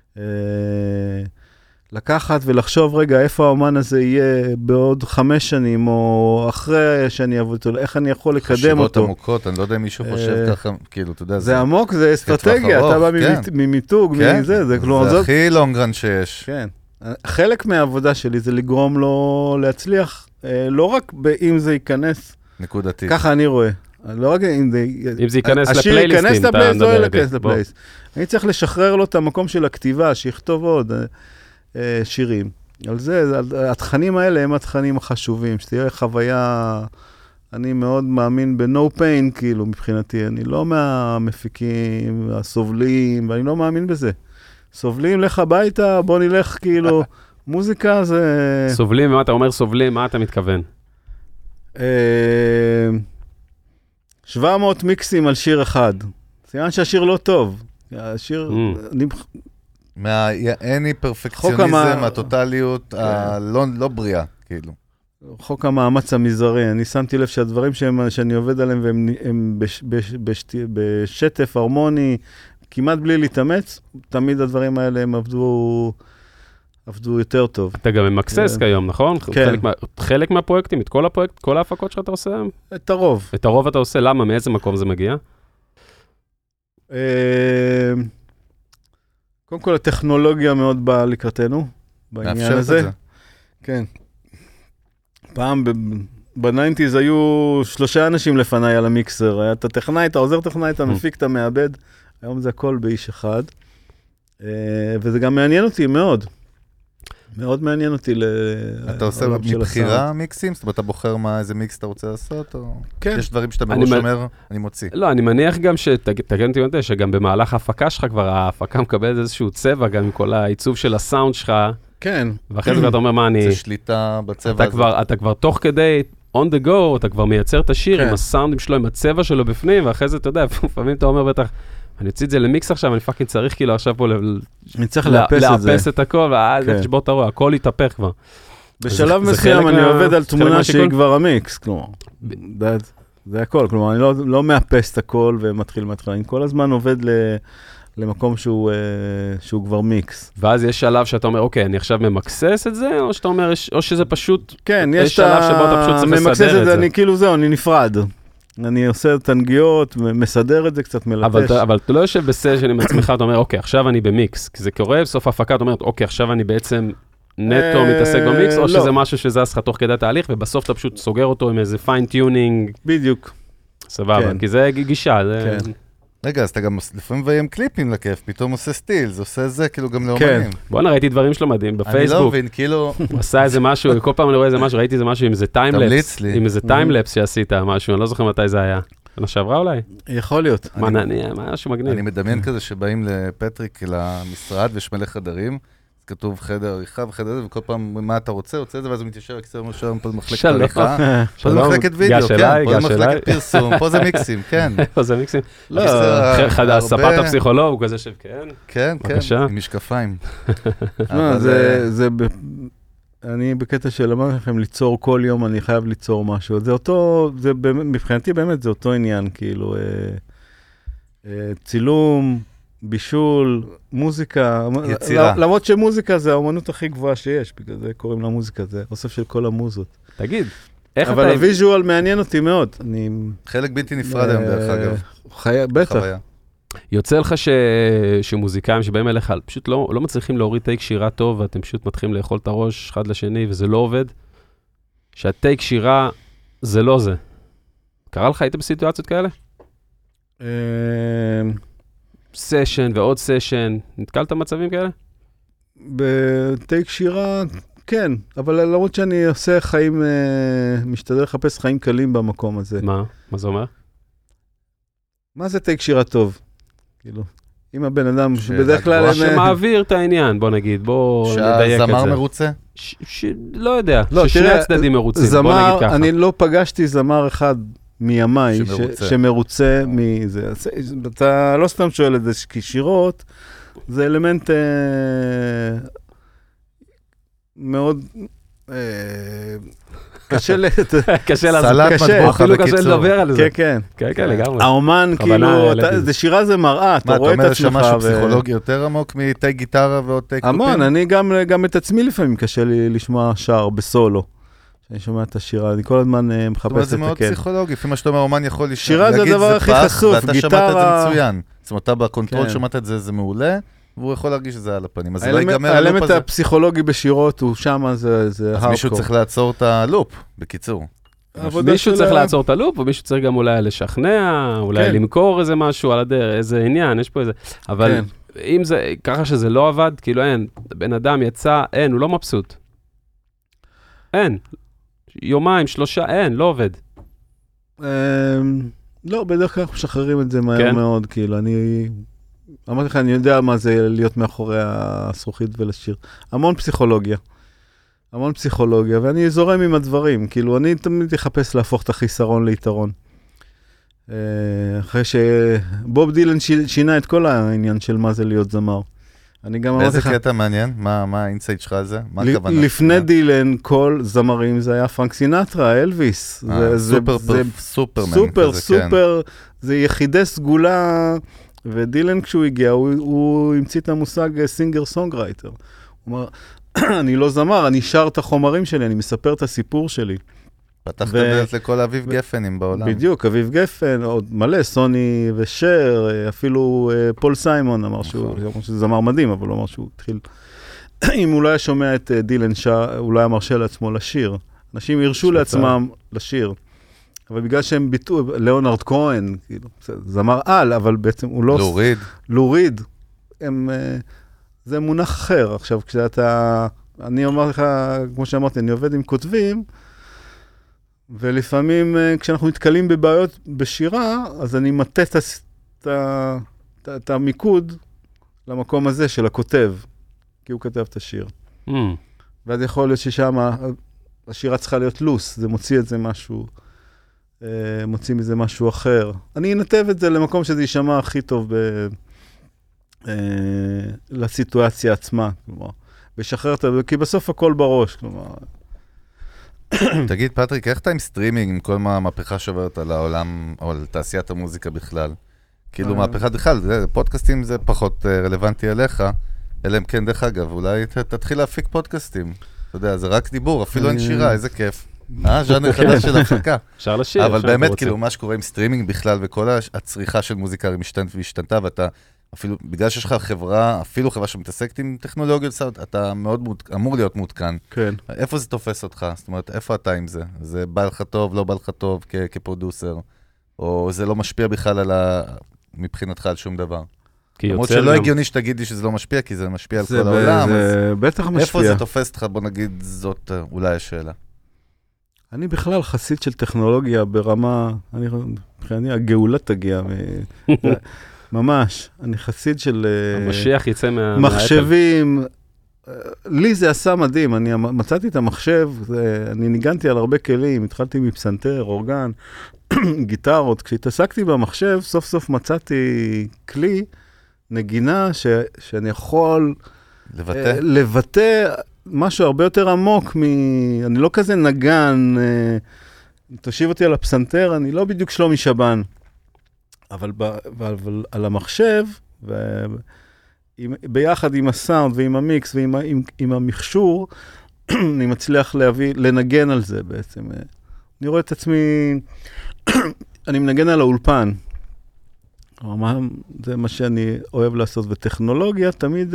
לקחת ולחשוב רגע איפה האומן הזה יהיה בעוד חמש שנים, או אחרי שאני אעבוד אותו, איך אני יכול לקדם אותו. חשיבות עמוקות, אני לא יודע אם מישהו חושב ככה, כאילו, אתה יודע, זה עמוק, זה אסטרטגיה, אתה בא ממיתוג, מזה, זה כלומר, זה הכי לונגרן שיש. כן. חלק מהעבודה שלי זה לגרום לו להצליח, לא רק אם זה ייכנס. נקודתי. ככה אני רואה. לא רק אם זה... אם זה ייכנס לפלייליסטים. השיר ייכנס לפלייליסט, לא ייכנס לפלייליסט. אני צריך לשחרר לו את המקום של הכתיבה, שיכתוב עוד שירים. על זה, התכנים האלה הם התכנים החשובים, שתהיה חוויה... אני מאוד מאמין ב-no pain, כאילו, מבחינתי. אני לא מהמפיקים, הסובלים, ואני לא מאמין בזה. סובלים, לך הביתה, בוא נלך, כאילו, מוזיקה זה... סובלים, ומה אתה אומר סובלים, מה אתה מתכוון? שבע מאות מיקסים על שיר אחד. סימן שהשיר לא טוב. השיר... מהאני פרפקציוניזם, הטוטליות, הלא בריאה, כאילו. חוק המאמץ המזערי. אני שמתי לב שהדברים שאני עובד עליהם, והם בשטף הרמוני, כמעט בלי להתאמץ, תמיד הדברים האלה הם עבדו, עבדו יותר טוב. אתה גם ממקסס כיום, נכון? כן. חלק, מה, חלק מהפרויקטים, את כל הפרויקט, כל ההפקות שאתה עושה? את הרוב. את הרוב אתה עושה, למה? מאיזה מקום זה מגיע? קודם כל, הטכנולוגיה מאוד באה לקראתנו, בעניין הזה. זה. כן. פעם בניינטיז היו שלושה אנשים לפניי על המיקסר, היה את הטכנאי, את העוזר טכנאי, את המפיק, את המעבד. היום זה הכל באיש אחד, וזה גם מעניין אותי מאוד. מאוד מעניין אותי ל... אתה עושה מבחירה מיקסים? זאת אומרת, אתה בוחר מה, איזה מיקס אתה רוצה לעשות? כן. יש דברים שאתה מראש אומר, אני מוציא. לא, אני מניח גם שתגן אותי מתי, שגם במהלך ההפקה שלך כבר, ההפקה מקבלת איזשהו צבע, גם עם כל העיצוב של הסאונד שלך. כן. ואחרי זה אתה אומר, מה אני... זה שליטה בצבע הזה. אתה כבר תוך כדי... on the go, אתה כבר מייצר את השיר עם הסאונדים שלו, עם הצבע שלו בפנים, ואחרי זה, אתה יודע, לפעמים אתה אומר בטח, אני אוציא את זה למיקס עכשיו, אני פאקינג צריך כאילו עכשיו פה אני צריך לאפס את זה. לאפס את הכל, ואז תשבור את הרוע, הכל יתהפך כבר. בשלב מסוים אני עובד על תמונה שהיא כבר המיקס, כלומר, זה הכל, כלומר, אני לא מאפס את הכל ומתחיל מהתחילה, אני כל הזמן עובד למקום שהוא כבר מיקס. ואז יש שלב שאתה אומר, אוקיי, אני עכשיו ממקסס את זה, או שאתה אומר, או שזה פשוט, כן, יש שלב שבו אתה פשוט צריך לסדר את זה. אני כאילו זהו, אני נפרד. אני עושה את הנגיעות, מסדר את זה קצת מלטש. אבל אתה לא יושב בסשן עם עצמך, אתה אומר, אוקיי, עכשיו אני במיקס, כי זה קורה, בסוף ההפקה, אתה אומר, אוקיי, עכשיו אני בעצם נטו מתעסק במיקס, או שזה משהו שזז לך תוך כדי תהליך, ובסוף אתה פשוט סוגר אותו עם איזה פיין-טיונינג. בדיוק. סבבה, כי זה גישה, זה... רגע, אז אתה גם לפעמים מביים קליפים לכיף, פתאום עושה סטיל, זה עושה זה כאילו גם לאומנים. בוא'נה, ראיתי דברים שלו מדהים בפייסבוק. אני לא מבין, כאילו... הוא עשה איזה משהו, כל פעם אני רואה איזה משהו, ראיתי איזה משהו עם איזה טיימלפס, עם איזה טיימלפס שעשית משהו, אני לא זוכר מתי זה היה. שנה שעברה אולי? יכול להיות. משהו מגניב. אני מדמיין כזה שבאים לפטריק למשרד ויש מלא חדרים, כתוב חדר עריכה וחדר זה, וכל פעם מה אתה רוצה, רוצה את זה, ואז הוא מתיישר, כסר משהו, פה זה מחלקת עריכה, פה זה מחלקת וידאו, כן, פה זה מחלקת פרסום, פה זה מיקסים, כן. פה זה מיקסים. לא, הספת הפסיכולוג, הוא כזה שכן. כן, כן, עם משקפיים. זה, אני בקטע של אמר לכם ליצור כל יום, אני חייב ליצור משהו. זה אותו, זה מבחינתי באמת זה אותו עניין, כאילו, צילום, בישול, מוזיקה, יצירה. למרות שמוזיקה זה האומנות הכי גבוהה שיש, בגלל זה קוראים לה מוזיקה, זה אוסף של כל המוזות. תגיד, איך אבל הוויז'ואל מעניין אותי מאוד. חלק בלתי נפרד היום דרך אגב. בטח. יוצא לך שמוזיקאים שבאים אליך, פשוט לא מצליחים להוריד טייק שירה טוב, ואתם פשוט מתחילים לאכול את הראש אחד לשני, וזה לא עובד. שהטייק שירה זה לא זה. קרה לך, היית בסיטואציות כאלה? סשן ועוד סשן, נתקלת מצבים כאלה? בטייק שירה, כן, אבל למרות שאני עושה חיים, משתדל לחפש חיים קלים במקום הזה. מה? מה זה אומר? מה זה טייק שירה טוב? כאילו, אם הבן אדם בדרך כלל... שמעביר את העניין, בוא נגיד, בוא נדייק את זה. שהזמר מרוצה? לא יודע, ששני הצדדים מרוצים, בוא נגיד ככה. אני לא פגשתי זמר אחד מימי, שמרוצה מזה. אתה לא סתם שואל את זה, כי שירות זה אלמנט מאוד קשה ל... קשה סלט מטבוחה אפילו קשה לדבר על זה. כן, כן. כן, לגמרי. האומן, כאילו, זה שירה זה מראה, אתה רואה את עצמך. מה, אתה אומר שמשהו פסיכולוגי יותר עמוק מתי גיטרה ועוד תי קלופים? המון, אני גם את עצמי לפעמים קשה לי לשמוע שר בסולו. אני שומע את השירה, אני כל הזמן מחפש את זה, כן. זה מאוד פסיכולוגי, לפי מה שאתה אומר, אומן יכול להגיד שירה זה הדבר הכי חשוף, ואתה שמעת את זה מצוין. זאת אומרת, אתה בקונטרול שמעת את זה, זה מעולה, והוא יכול להרגיש שזה על הפנים. האלמנט הפסיכולוגי בשירות הוא שם, זה הרקור. אז מישהו צריך לעצור את הלופ, בקיצור. מישהו צריך לעצור את הלופ, ומישהו צריך גם אולי לשכנע, אולי למכור איזה משהו על הדרך, איזה עניין, יש פה איזה... אבל אם זה, ככה שזה לא עבד, כאילו אין, בן אדם יצא, אין, הוא לא מבסוט. אין. יומיים, שלושה, אין, לא עובד. לא, בדרך כלל אנחנו משחררים את זה מהר מאוד, כאילו, אני... אמרתי לך, אני יודע מה זה להיות מאחורי הזכוכית ולשיר. המון פסיכולוגיה. המון פסיכולוגיה, ואני זורם עם הדברים. כאילו, אני תמיד אחפש להפוך את החיסרון ליתרון. אחרי שבוב דילן שינה את כל העניין של מה זה להיות זמר. אני גם אמרתי לך... באיזה קטע מעניין? מה האינסייט שלך על זה? מה הכוונה? לפני דילן, כל זמרים זה היה פרנק סינטרה, אלוויס. סופר, סופרמן. סופר, סופר, זה יחידי סגולה... ודילן כשהוא הגיע, הוא, הוא המציא את המושג סינגר סונגרייטר. הוא אומר, אני לא זמר, אני שר את החומרים שלי, אני מספר את הסיפור שלי. פתחת דלת לכל אביב גפנים בעולם. בדיוק, אביב גפן, עוד מלא, סוני ושר, אפילו פול סיימון אמר שהוא, שזה זמר מדהים, אבל הוא אמר שהוא התחיל, אם הוא לא היה שומע את דילן שר, הוא לא היה מרשה לעצמו לשיר. אנשים הרשו לעצמם לשיר. אבל בגלל שהם ביטאו, ליאונרד כהן, כאילו, זמר על, אבל בעצם הוא לא... לוריד. לוריד. הם, זה מונח אחר. עכשיו, כשאתה... אני אומר לך, כמו שאמרתי, אני עובד עם כותבים, ולפעמים כשאנחנו מתקלים בבעיות בשירה, אז אני מטה את, את, את, את המיקוד למקום הזה של הכותב, כי הוא כתב את השיר. Mm. ואז יכול להיות ששם השירה צריכה להיות לוס, זה מוציא את זה משהו... מוציא מזה משהו אחר. אני אנתב את זה למקום שזה יישמע הכי טוב ב... לסיטואציה עצמה, כלומר, בשחרר את זה, כי בסוף הכל בראש, כלומר. תגיד, פטריק, איך אתה עם סטרימינג, עם כל מהמהפכה שעוברת על העולם, או על תעשיית המוזיקה בכלל? כאילו, מהפכה בכלל, פודקאסטים זה פחות רלוונטי אליך, אלא אם כן, דרך אגב, אולי תתחיל להפיק פודקאסטים. אתה יודע, זה רק דיבור, אפילו אין שירה, איזה כיף. אה, ז'אנר חדש של הפקה. אפשר לשיר. אבל באמת, כאילו, מה שקורה עם סטרימינג בכלל, וכל הצריכה של מוזיקה משתנת והשתנתה, ואתה, אפילו, בגלל שיש לך חברה, אפילו חברה שמתעסקת עם טכנולוגיות סאונד, אתה מאוד אמור להיות מעודכן. כן. איפה זה תופס אותך? זאת אומרת, איפה אתה עם זה? זה בא לך טוב, לא בא לך טוב כפרודוסר? או זה לא משפיע בכלל על ה... מבחינתך על שום דבר? למרות שלא הגיוני שתגידי שזה לא משפיע, כי זה משפיע על כל העולם. זה בטח משפיע. איפה זה תופס אותך? בוא נגיד, זאת אולי השאלה. אני בכלל חסיד של טכנולוגיה ברמה, אני, אני הגאולה תגיע, ממש, אני חסיד של המשיח יצא מה... מחשבים, לי זה עשה מדהים, אני מצאתי את המחשב, אני ניגנתי על הרבה כלים, התחלתי מפסנתר, אורגן, גיטרות, כשהתעסקתי במחשב, סוף סוף מצאתי כלי, נגינה ש, שאני יכול לבטא. לבטא משהו הרבה יותר עמוק מ... אני לא כזה נגן, תושיב אותי על הפסנתר, אני לא בדיוק שלומי שבן. אבל, ב... אבל על המחשב, ו... עם... ביחד עם הסאונד ועם המיקס ועם עם... עם המכשור, אני מצליח להביא, לנגן על זה בעצם. אני רואה את עצמי, אני מנגן על האולפן. מה... זה מה שאני אוהב לעשות, וטכנולוגיה תמיד...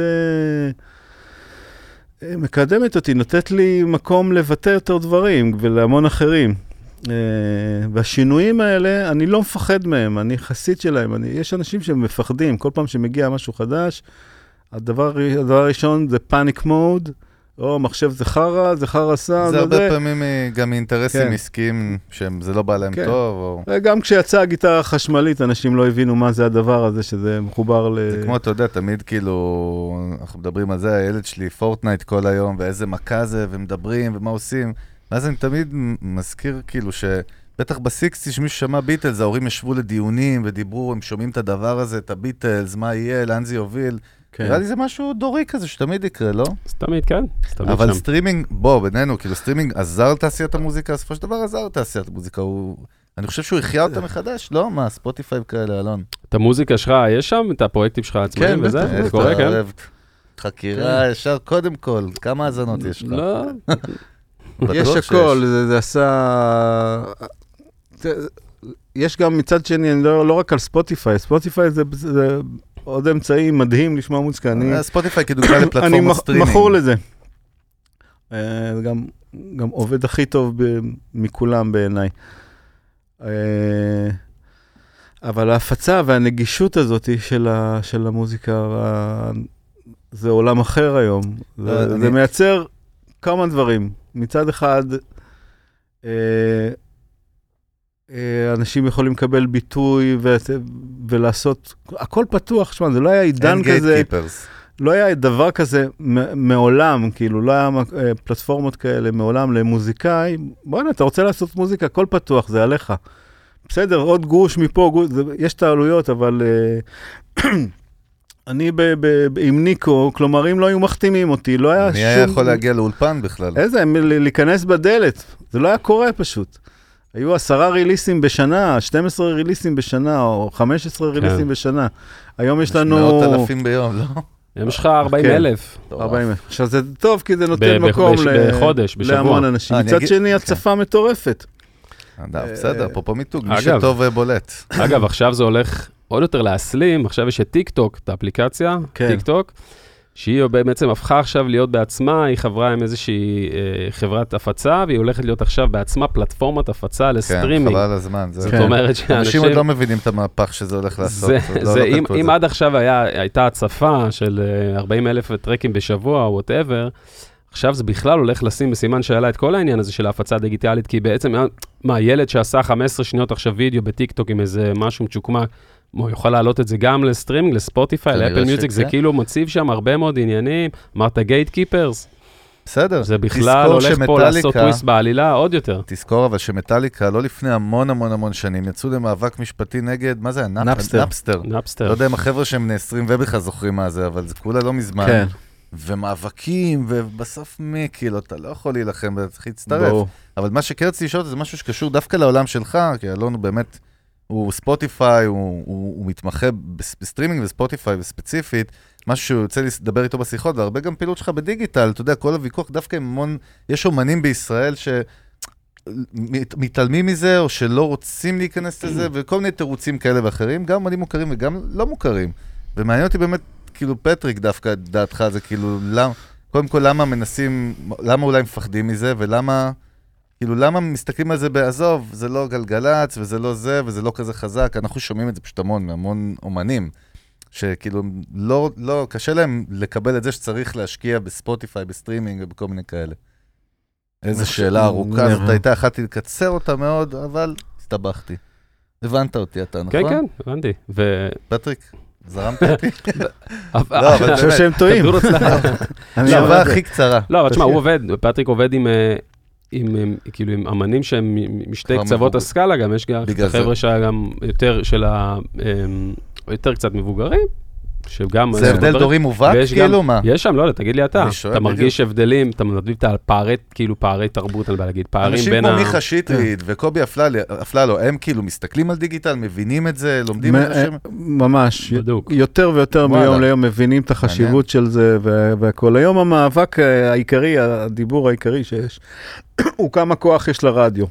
מקדמת אותי, נותנת לי מקום לבטא יותר דברים ולהמון אחרים. והשינויים האלה, אני לא מפחד מהם, אני חסיד שלהם. אני, יש אנשים שמפחדים, כל פעם שמגיע משהו חדש, הדבר, הדבר הראשון זה פאניק מוד, או מחשב זה חרה, זה חרה סאונד. זה הרבה פעמים גם מאינטרסים עסקיים, שזה לא בא להם טוב. גם כשיצאה גיטרה חשמלית, אנשים לא הבינו מה זה הדבר הזה, שזה מחובר ל... זה כמו, אתה יודע, תמיד כאילו, אנחנו מדברים על זה, הילד שלי פורטנייט כל היום, ואיזה מכה זה, ומדברים, ומה עושים. ואז אני תמיד מזכיר כאילו בטח בסיקסטי שמישהו שמע ביטלס, ההורים ישבו לדיונים ודיברו, הם שומעים את הדבר הזה, את הביטלס, מה יהיה, לאן זה יוביל. נראה לי זה משהו דורי כזה שתמיד יקרה, לא? תמיד, כן. אבל סטרימינג, בוא, בינינו, כאילו סטרימינג עזר לתעשיית המוזיקה, בסופו של דבר עזר לתעשיית המוזיקה, אני חושב שהוא יחיה אותה מחדש, לא? מה, ספוטיפיי כאלה, אלון? את המוזיקה שלך, יש שם? את הפרויקטים שלך עצמאים וזה? זה קורה, כן? חקירה, ישר קודם כל, כמה האזנות יש לך? לא. יש הכל, זה עשה... יש גם מצד שני, לא רק על ספוטיפיי, ספוטיפיי זה עוד אמצעי מדהים לשמוע מוזיקה. ספוטיפיי כדוגמה לפלטפורמה סטרימינג. אני מכור לזה. גם עובד הכי טוב מכולם בעיניי. אבל ההפצה והנגישות הזאת של המוזיקה, זה עולם אחר היום. זה מייצר כמה דברים. מצד אחד, אנשים יכולים לקבל ביטוי ולעשות, הכל פתוח, שמה, זה לא היה עידן כזה, לא היה דבר כזה מעולם, כאילו, לא היה פלטפורמות כאלה מעולם למוזיקאי, בוא'נה, אתה רוצה לעשות מוזיקה, הכל פתוח, זה עליך. בסדר, עוד גרוש מפה, גרוש, יש תעלויות, אבל אני עם ניקו, כלומר, אם לא היו מחתימים אותי, לא היה שום... מי היה יכול להגיע לאולפן בכלל? איזה, להיכנס בדלת, זה לא היה קורה פשוט. היו עשרה ריליסים בשנה, שתים עשרה ריליסים בשנה, או חמש עשרה ריליסים בשנה. היום יש לנו... מאות אלפים ביום, לא? היום יש לך ארבעים אלף. ארבעים אלף. עכשיו זה טוב, כי זה נותן מקום בחודש, בשבוע. להמון אנשים. מצד שני, הצפה מטורפת. בסדר, אפרופו מיתוג, מי שטוב בולט. אגב, עכשיו זה הולך עוד יותר להסלים, עכשיו יש את טיק טוק, את האפליקציה, טיק טוק, שהיא בעצם הפכה עכשיו להיות בעצמה, היא חברה עם איזושהי אה, חברת הפצה, והיא הולכת להיות עכשיו בעצמה פלטפורמת הפצה לסטרימינג. כן, חבל הזמן. זה... זאת כן. אומרת שאנשים... אנשים עוד לא מבינים את המהפך שזה הולך לעשות. זה, לא זה, לא אם, אם זה. עד עכשיו היה, הייתה הצפה של ארבעים אלף טרקים בשבוע, או whatever, עכשיו זה בכלל הולך לשים בסימן שאלה את כל העניין הזה של ההפצה הדיגיטלית, כי בעצם, מה, ילד שעשה חמש עשרה שניות עכשיו וידאו בטיק-טוק עם איזה משהו מצ'וקמק, הוא יכול להעלות את זה גם לסטרימינג, לספוטיפיי, לאפל מיוזיק, זה כאילו מציב שם הרבה מאוד עניינים, אמרת גייט קיפרס. בסדר. זה בכלל הולך פה לעשות טוויסט בעלילה עוד יותר. תזכור אבל שמטליקה, לא לפני המון המון המון שנים, יצאו למאבק משפטי נגד, מה זה? נאפסטר. נאפסטר. לא יודע אם החבר'ה שהם בני עשרים ובכלל זוכרים מה זה, אבל זה כולה לא מזמן. כן. ומאבקים, ובסוף מי, כאילו, אתה לא יכול להילחם, אתה צריך להצטרף. אבל מה שכן רציתי לשאול, זה משהו שקשור דווקא לעולם שלך, כי אלון הוא באמת, הוא ספוטיפיי, הוא, הוא, הוא מתמחה בסטרימינג וספוטיפיי וספציפית, משהו שהוא יוצא לדבר איתו בשיחות, והרבה גם פעילות שלך בדיגיטל, אתה יודע, כל הוויכוח, דווקא עם המון, יש אומנים בישראל שמתעלמים מזה, או שלא רוצים להיכנס לזה, וכל מיני תירוצים כאלה ואחרים, גם אומנים מוכרים וגם לא מוכרים. ומעניין אותי באמת, כאילו פטריק דווקא דעתך, זה כאילו, למה, קודם כל למה מנסים, למה אולי מפחדים מזה, ולמה, כאילו למה מסתכלים על זה בעזוב, זה לא גלגלץ, וזה לא זה, וזה לא כזה חזק, אנחנו שומעים את זה פשוט המון, מהמון אומנים, שכאילו לא, לא, קשה להם לקבל את זה שצריך להשקיע בספוטיפיי, בסטרימינג ובכל מיני כאלה. איזו שאלה ארוכה, זאת הייתה, יכלתי לקצר אותה מאוד, אבל הסתבכתי. הבנת אותי אתה, נכון? כן, כן, הבנתי. פטריק, זרמת אותי? לא, אבל אני חושב שהם טועים. תשובה הכי קצרה. לא, אבל תשמע, הוא עובד, פטריק עובד עם... עם, כאילו, עם אמנים שהם משתי קצוות הסקאלה, גם יש גם חבר'ה שגם יותר של ה... יותר קצת מבוגרים, שגם... זה הבדל דורי מובהק, כאילו מה? יש שם, לא, תגיד לי אתה. אתה מרגיש הבדלים, אתה מדביב את הפערי, כאילו פערי תרבות, אני בא להגיד, פערים בין ה... אנשים כמו מיכה שטרית וקובי אפללו, הם כאילו מסתכלים על דיגיטל, מבינים את זה, לומדים את זה? ממש, יותר ויותר מיום ליום מבינים את החשיבות של זה, והכל. היום המאבק העיקרי, הדיבור העיקרי שיש, הוא כמה כוח יש לרדיו.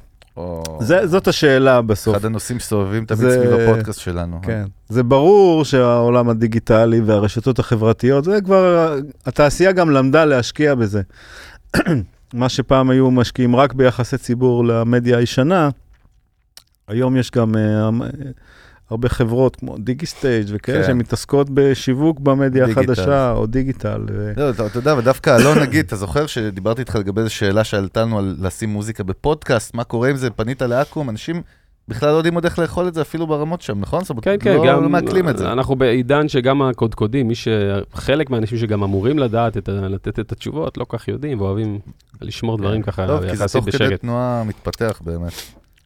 זאת השאלה בסוף. אחד הנושאים סובבים תמיד סביב הפודקאסט שלנו. כן. זה ברור שהעולם הדיגיטלי והרשתות החברתיות, זה כבר, התעשייה גם למדה להשקיע בזה. מה שפעם היו משקיעים רק ביחסי ציבור למדיה הישנה, היום יש גם הרבה חברות כמו דיגיסטייג' וכאלה שמתעסקות בשיווק במדיה החדשה או דיגיטל. אתה יודע, ודווקא לא נגיד, אתה זוכר שדיברתי איתך לגבי איזו שאלה שאלתנו על לשים מוזיקה בפודקאסט, מה קורה עם זה, פנית לאקום, אנשים בכלל לא יודעים עוד איך לאכול את זה אפילו ברמות שם, נכון? כן, כן, לא מעכלים את זה. אנחנו בעידן שגם הקודקודים, מי שחלק מהאנשים שגם אמורים לדעת, לתת את התשובות, לא כך יודעים ואוהבים לשמור דברים ככה יחסית בשקט. טוב, כי זה תוך כדי תנועה מתפתח באמת.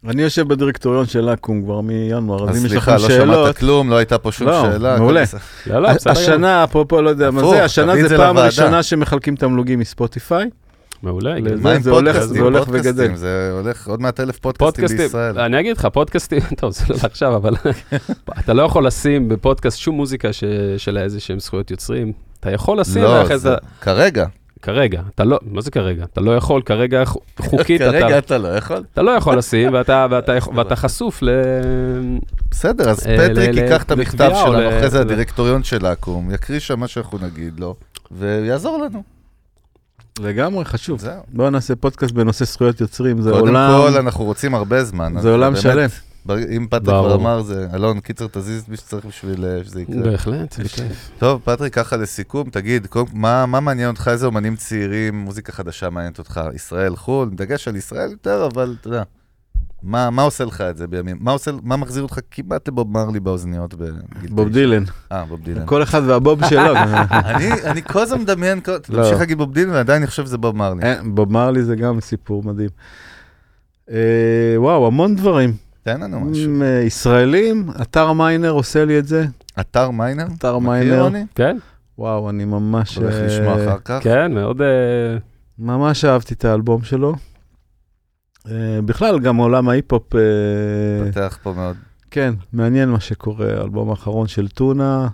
אני יושב בדירקטוריון של אקו"ם כבר מינואר, אז אם יש לכם שאלות... סליחה, לא שמעת כלום, לא הייתה פה שום שאלה. מעולה. לא, לא, בסדר. השנה, אפרופו, לא יודע מה זה, השנה זה פעם ראשונה שמחלקים תמלוגים מספוטיפיי. מעולה. מה עם פודקאסטים? הולך וגדל. זה הולך עוד מעט אלף פודקאסטים בישראל. אני אגיד לך, פודקאסטים, טוב, זה לא עכשיו, אבל אתה לא יכול לשים בפודקאסט שום מוזיקה של איזה שהם זכויות יוצרים. אתה יכול לשים... לא, זה כרגע. כרגע, אתה לא, מה זה כרגע? אתה לא יכול, כרגע חוקית, כרגע אתה לא יכול. אתה לא יכול לשים, ואתה חשוף ל... בסדר, אז פטריק ייקח את המכתב שלנו, אחרי זה הדירקטוריון של אקו"ם, יקריא שם מה שאנחנו נגיד לו, ויעזור לנו. לגמרי חשוב. בואו נעשה פודקאסט בנושא זכויות יוצרים, זה עולם... קודם כל, אנחנו רוצים הרבה זמן. זה עולם שלם. אם פטריק כבר אמר, זה, אלון, קיצר תזיז מי שצריך בשביל שזה יקרה. בהחלט, בכיף. טוב, פטריק, ככה לסיכום, תגיד, מה, מה מעניין אותך, איזה אומנים צעירים, מוזיקה חדשה מעניינת אותך, ישראל, חול, דגש על ישראל יותר, אבל אתה יודע, מה, מה עושה לך את זה בימים? מה עושה, מה מחזיר אותך כמעט לבוב מרלי באוזניות בגיל תשע? בוב דילן. אה, בוב דילן. כל אחד והבוב שלו. אני, אני כל הזמן מדמיין, תמשיך להגיד בוב דילן, ועדיין אני חושב שזה בוב מרלי. בוב מרלי זה גם סיפור מדהים. וואו, המון דברים. תן לנו משהו. ישראלים, אתר מיינר עושה לי את זה. אתר מיינר? אתר מיינר. כן. וואו, אני ממש... הולך לשמוע אחר כך. כן, מאוד... ממש אהבתי את האלבום שלו. בכלל, גם עולם ההיפ-הופ... פתח פה מאוד. כן, מעניין מה שקורה. האלבום האחרון של טונה.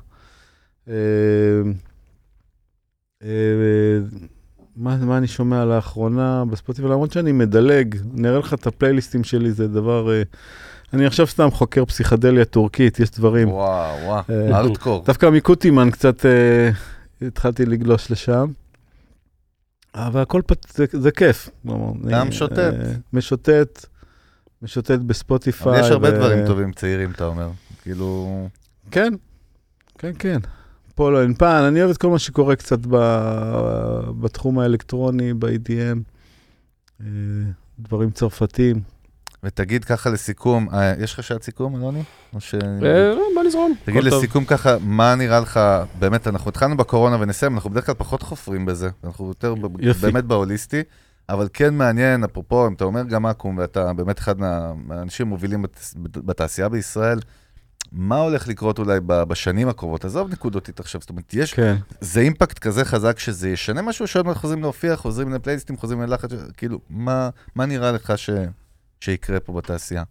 מה, מה אני שומע לאחרונה בספוטיפיי, למרות שאני מדלג, נראה לך את הפלייליסטים שלי, זה דבר... אני עכשיו סתם חוקר פסיכדליה טורקית, יש דברים... וואו, וואו, ארטקור. דווקא מקוטימן קצת התחלתי לגלוש לשם. אבל הכל זה, זה כיף. גם שוטט. משוטט, משוטט בספוטיפיי. יש הרבה דברים טובים צעירים, אתה אומר. כאילו... כן, כן, כן. פולו אנפן, אני אוהב את כל מה שקורה קצת בתחום האלקטרוני, ב-אי די אם, דברים צרפתיים. ותגיד ככה לסיכום, יש לך שעת סיכום, אלוני? לא, בוא נזרום. תגיד לסיכום ככה, מה נראה לך, באמת, אנחנו התחלנו בקורונה ונסיים, אנחנו בדרך כלל פחות חופרים בזה, אנחנו יותר באמת בהוליסטי, אבל כן מעניין, אפרופו, אם אתה אומר גם אקו"ם, ואתה באמת אחד מהאנשים המובילים בתעשייה בישראל, מה הולך לקרות אולי בשנים הקרובות? עזוב נקודותית עכשיו, זאת אומרת, יש, זה אימפקט כזה חזק שזה ישנה משהו, שעוד מעט חוזרים להופיע, חוזרים לפלייליסטים, חוזרים ללחץ, כאילו, מה נראה לך ש... שיקרה פה בתעשייה?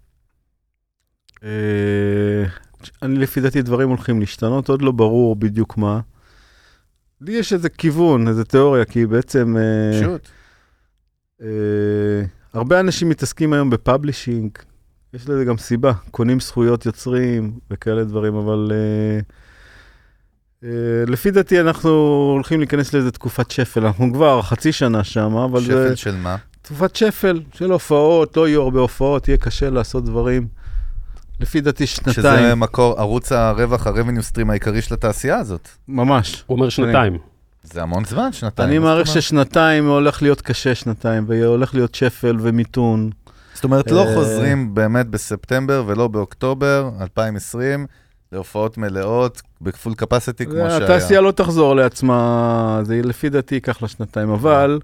אני לפי דעתי דברים הולכים להשתנות, עוד לא ברור בדיוק מה. לי יש איזה כיוון, איזה תיאוריה, כי בעצם... פשוט. הרבה אנשים מתעסקים היום בפאבלישינג, יש לזה גם סיבה, קונים זכויות יוצרים וכאלה דברים, אבל לפי דעתי אנחנו הולכים להיכנס לאיזה תקופת שפל, אנחנו כבר חצי שנה שם, אבל... שפל של מה? תקופת שפל של הופעות, לא יהיו הרבה הופעות, יהיה קשה לעשות דברים. לפי דעתי שנתיים. שזה מקור, ערוץ הרווח, הרבניו סטרים העיקרי של התעשייה הזאת. ממש. הוא אומר שנתיים. זה המון זמן, שנתיים. אני מעריך ששנתיים הולך להיות קשה שנתיים, והולך להיות שפל ומיתון. זאת אומרת, לא חוזרים באמת בספטמבר ולא באוקטובר אלפיים עשרים, להופעות מלאות, בפול קפסיטי כמו שהיה. התעשייה לא תחזור לעצמה, זה לפי דעתי ייקח לה שנתיים, אבל...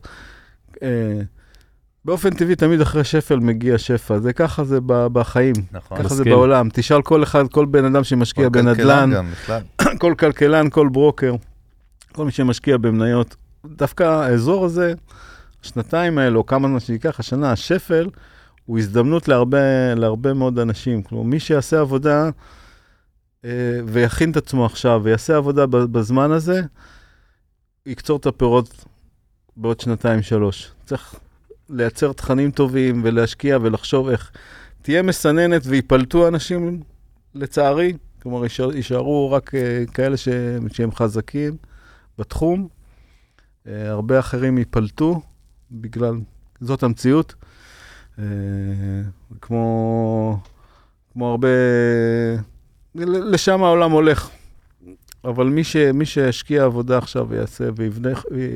באופן טבעי, תמיד אחרי שפל מגיע שפע. זה ככה זה בחיים. נכון. ככה זה בעולם. תשאל כל אחד, כל בן אדם שמשקיע בנדל"ן, כל כלכלן, כל ברוקר, כל מי שמשקיע במניות. דווקא האזור הזה, השנתיים האלו, או כמה זמן שיקח, השנה, השפל, הוא הזדמנות להרבה, להרבה מאוד אנשים. כלומר, מי שיעשה עבודה, ויכין את עצמו עכשיו, ויעשה עבודה בזמן הזה, יקצור את הפירות בעוד שנתיים, שלוש. צריך... לייצר תכנים טובים ולהשקיע ולחשוב איך תהיה מסננת ויפלטו אנשים לצערי, כלומר יישארו רק כאלה שהם חזקים בתחום, הרבה אחרים ייפלטו בגלל, זאת המציאות, כמו, כמו הרבה, לשם העולם הולך, אבל מי, ש, מי שישקיע עבודה עכשיו ויעשה ויבנה,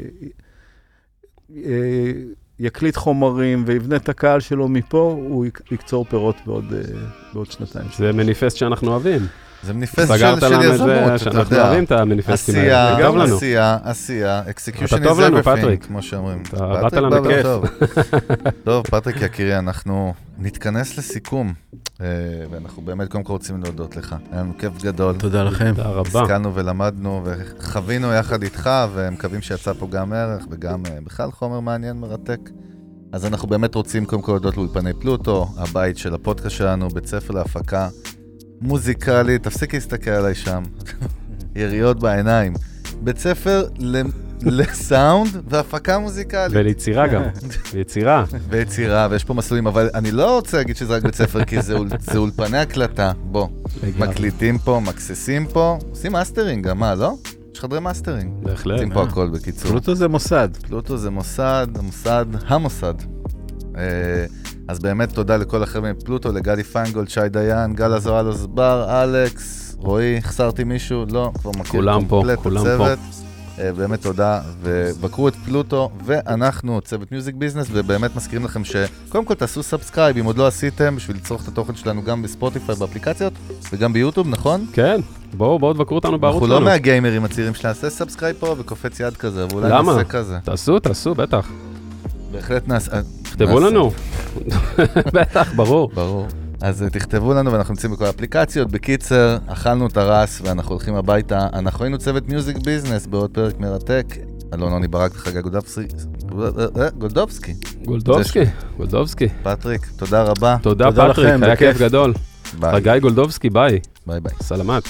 יקליט חומרים ויבנה את הקהל שלו מפה, הוא יקצור פירות בעוד, בעוד שנתיים. זה מניפסט שאנחנו אוהבים. זה מניפסט של יזמות, אתה יודע. אנחנו אוהבים את המניפסטים האלה, עשייה, עשייה, עשייה, execution is everything, כמו שאומרים. אתה באת לנו בכיף. טוב, פטריק יקירי, אנחנו נתכנס לסיכום, ואנחנו באמת קודם כל רוצים להודות לך. היה לנו כיף גדול. תודה לכם. תודה רבה. השכלנו ולמדנו, וחווינו יחד איתך, ומקווים שיצא פה גם ערך, וגם בכלל חומר מעניין מרתק. אז אנחנו באמת רוצים קודם כל להודות לאולפני פלוטו, הבית של הפודקאסט שלנו, בית ספר להפקה מוזיקלית, תפסיק להסתכל עליי שם, יריות בעיניים. בית ספר לסאונד והפקה מוזיקלית. וליצירה גם, ויצירה. ויצירה, ויש פה מסלולים, אבל אני לא רוצה להגיד שזה רק בית ספר, כי זה, זה אולפני הקלטה. בוא, מקליטים פה, מקססים פה, עושים מאסטרינג גם, מה, לא? יש חדרי מאסטרינג. בהחלט. עושים פה הכל בקיצור. פלוטו זה מוסד. פלוטו זה מוסד, המוסד, המוסד. אז באמת תודה לכל החבר'ה מפלוטו, לגדי פיינגולד, שי דיין, גל הזואלוס בר, אלכס, רועי, חסרתי מישהו? לא, כבר מכיר קומפלט הצוות. באמת תודה, ובקרו את פלוטו, ואנחנו צוות מיוזיק ביזנס, ובאמת מזכירים לכם שקודם כל תעשו סאבסקרייב, אם עוד לא עשיתם, בשביל לצרוך את התוכן שלנו גם בספוטיפיי, באפליקציות, וגם ביוטיוב, נכון? כן, בואו, בואו תבקרו אותנו בערוץ שלנו. אנחנו לא מהגיימרים הצעירים שלנו, עשה סאבסקרייב פה וקופץ יד כזה, ואולי נעשה כזה. תעשו, תעשו, בטח. בהחלט נעשה. תכתבו לנו. בטח, ברור. ברור. אז תכתבו לנו ואנחנו נמצאים בכל האפליקציות. בקיצר, אכלנו את הרס ואנחנו הולכים הביתה. אנחנו היינו צוות מיוזיק ביזנס בעוד פרק מרתק. אלון עוני ברק וחגי גולדובסקי. גולדובסקי. גולדובסקי. גולדובסקי. פטריק, תודה רבה. תודה פטריק, היה כיף גדול. חגי גולדובסקי, ביי. ביי ביי. סלמת.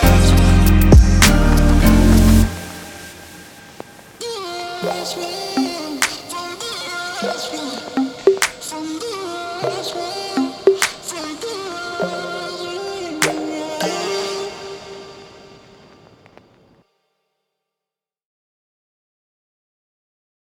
Watch me.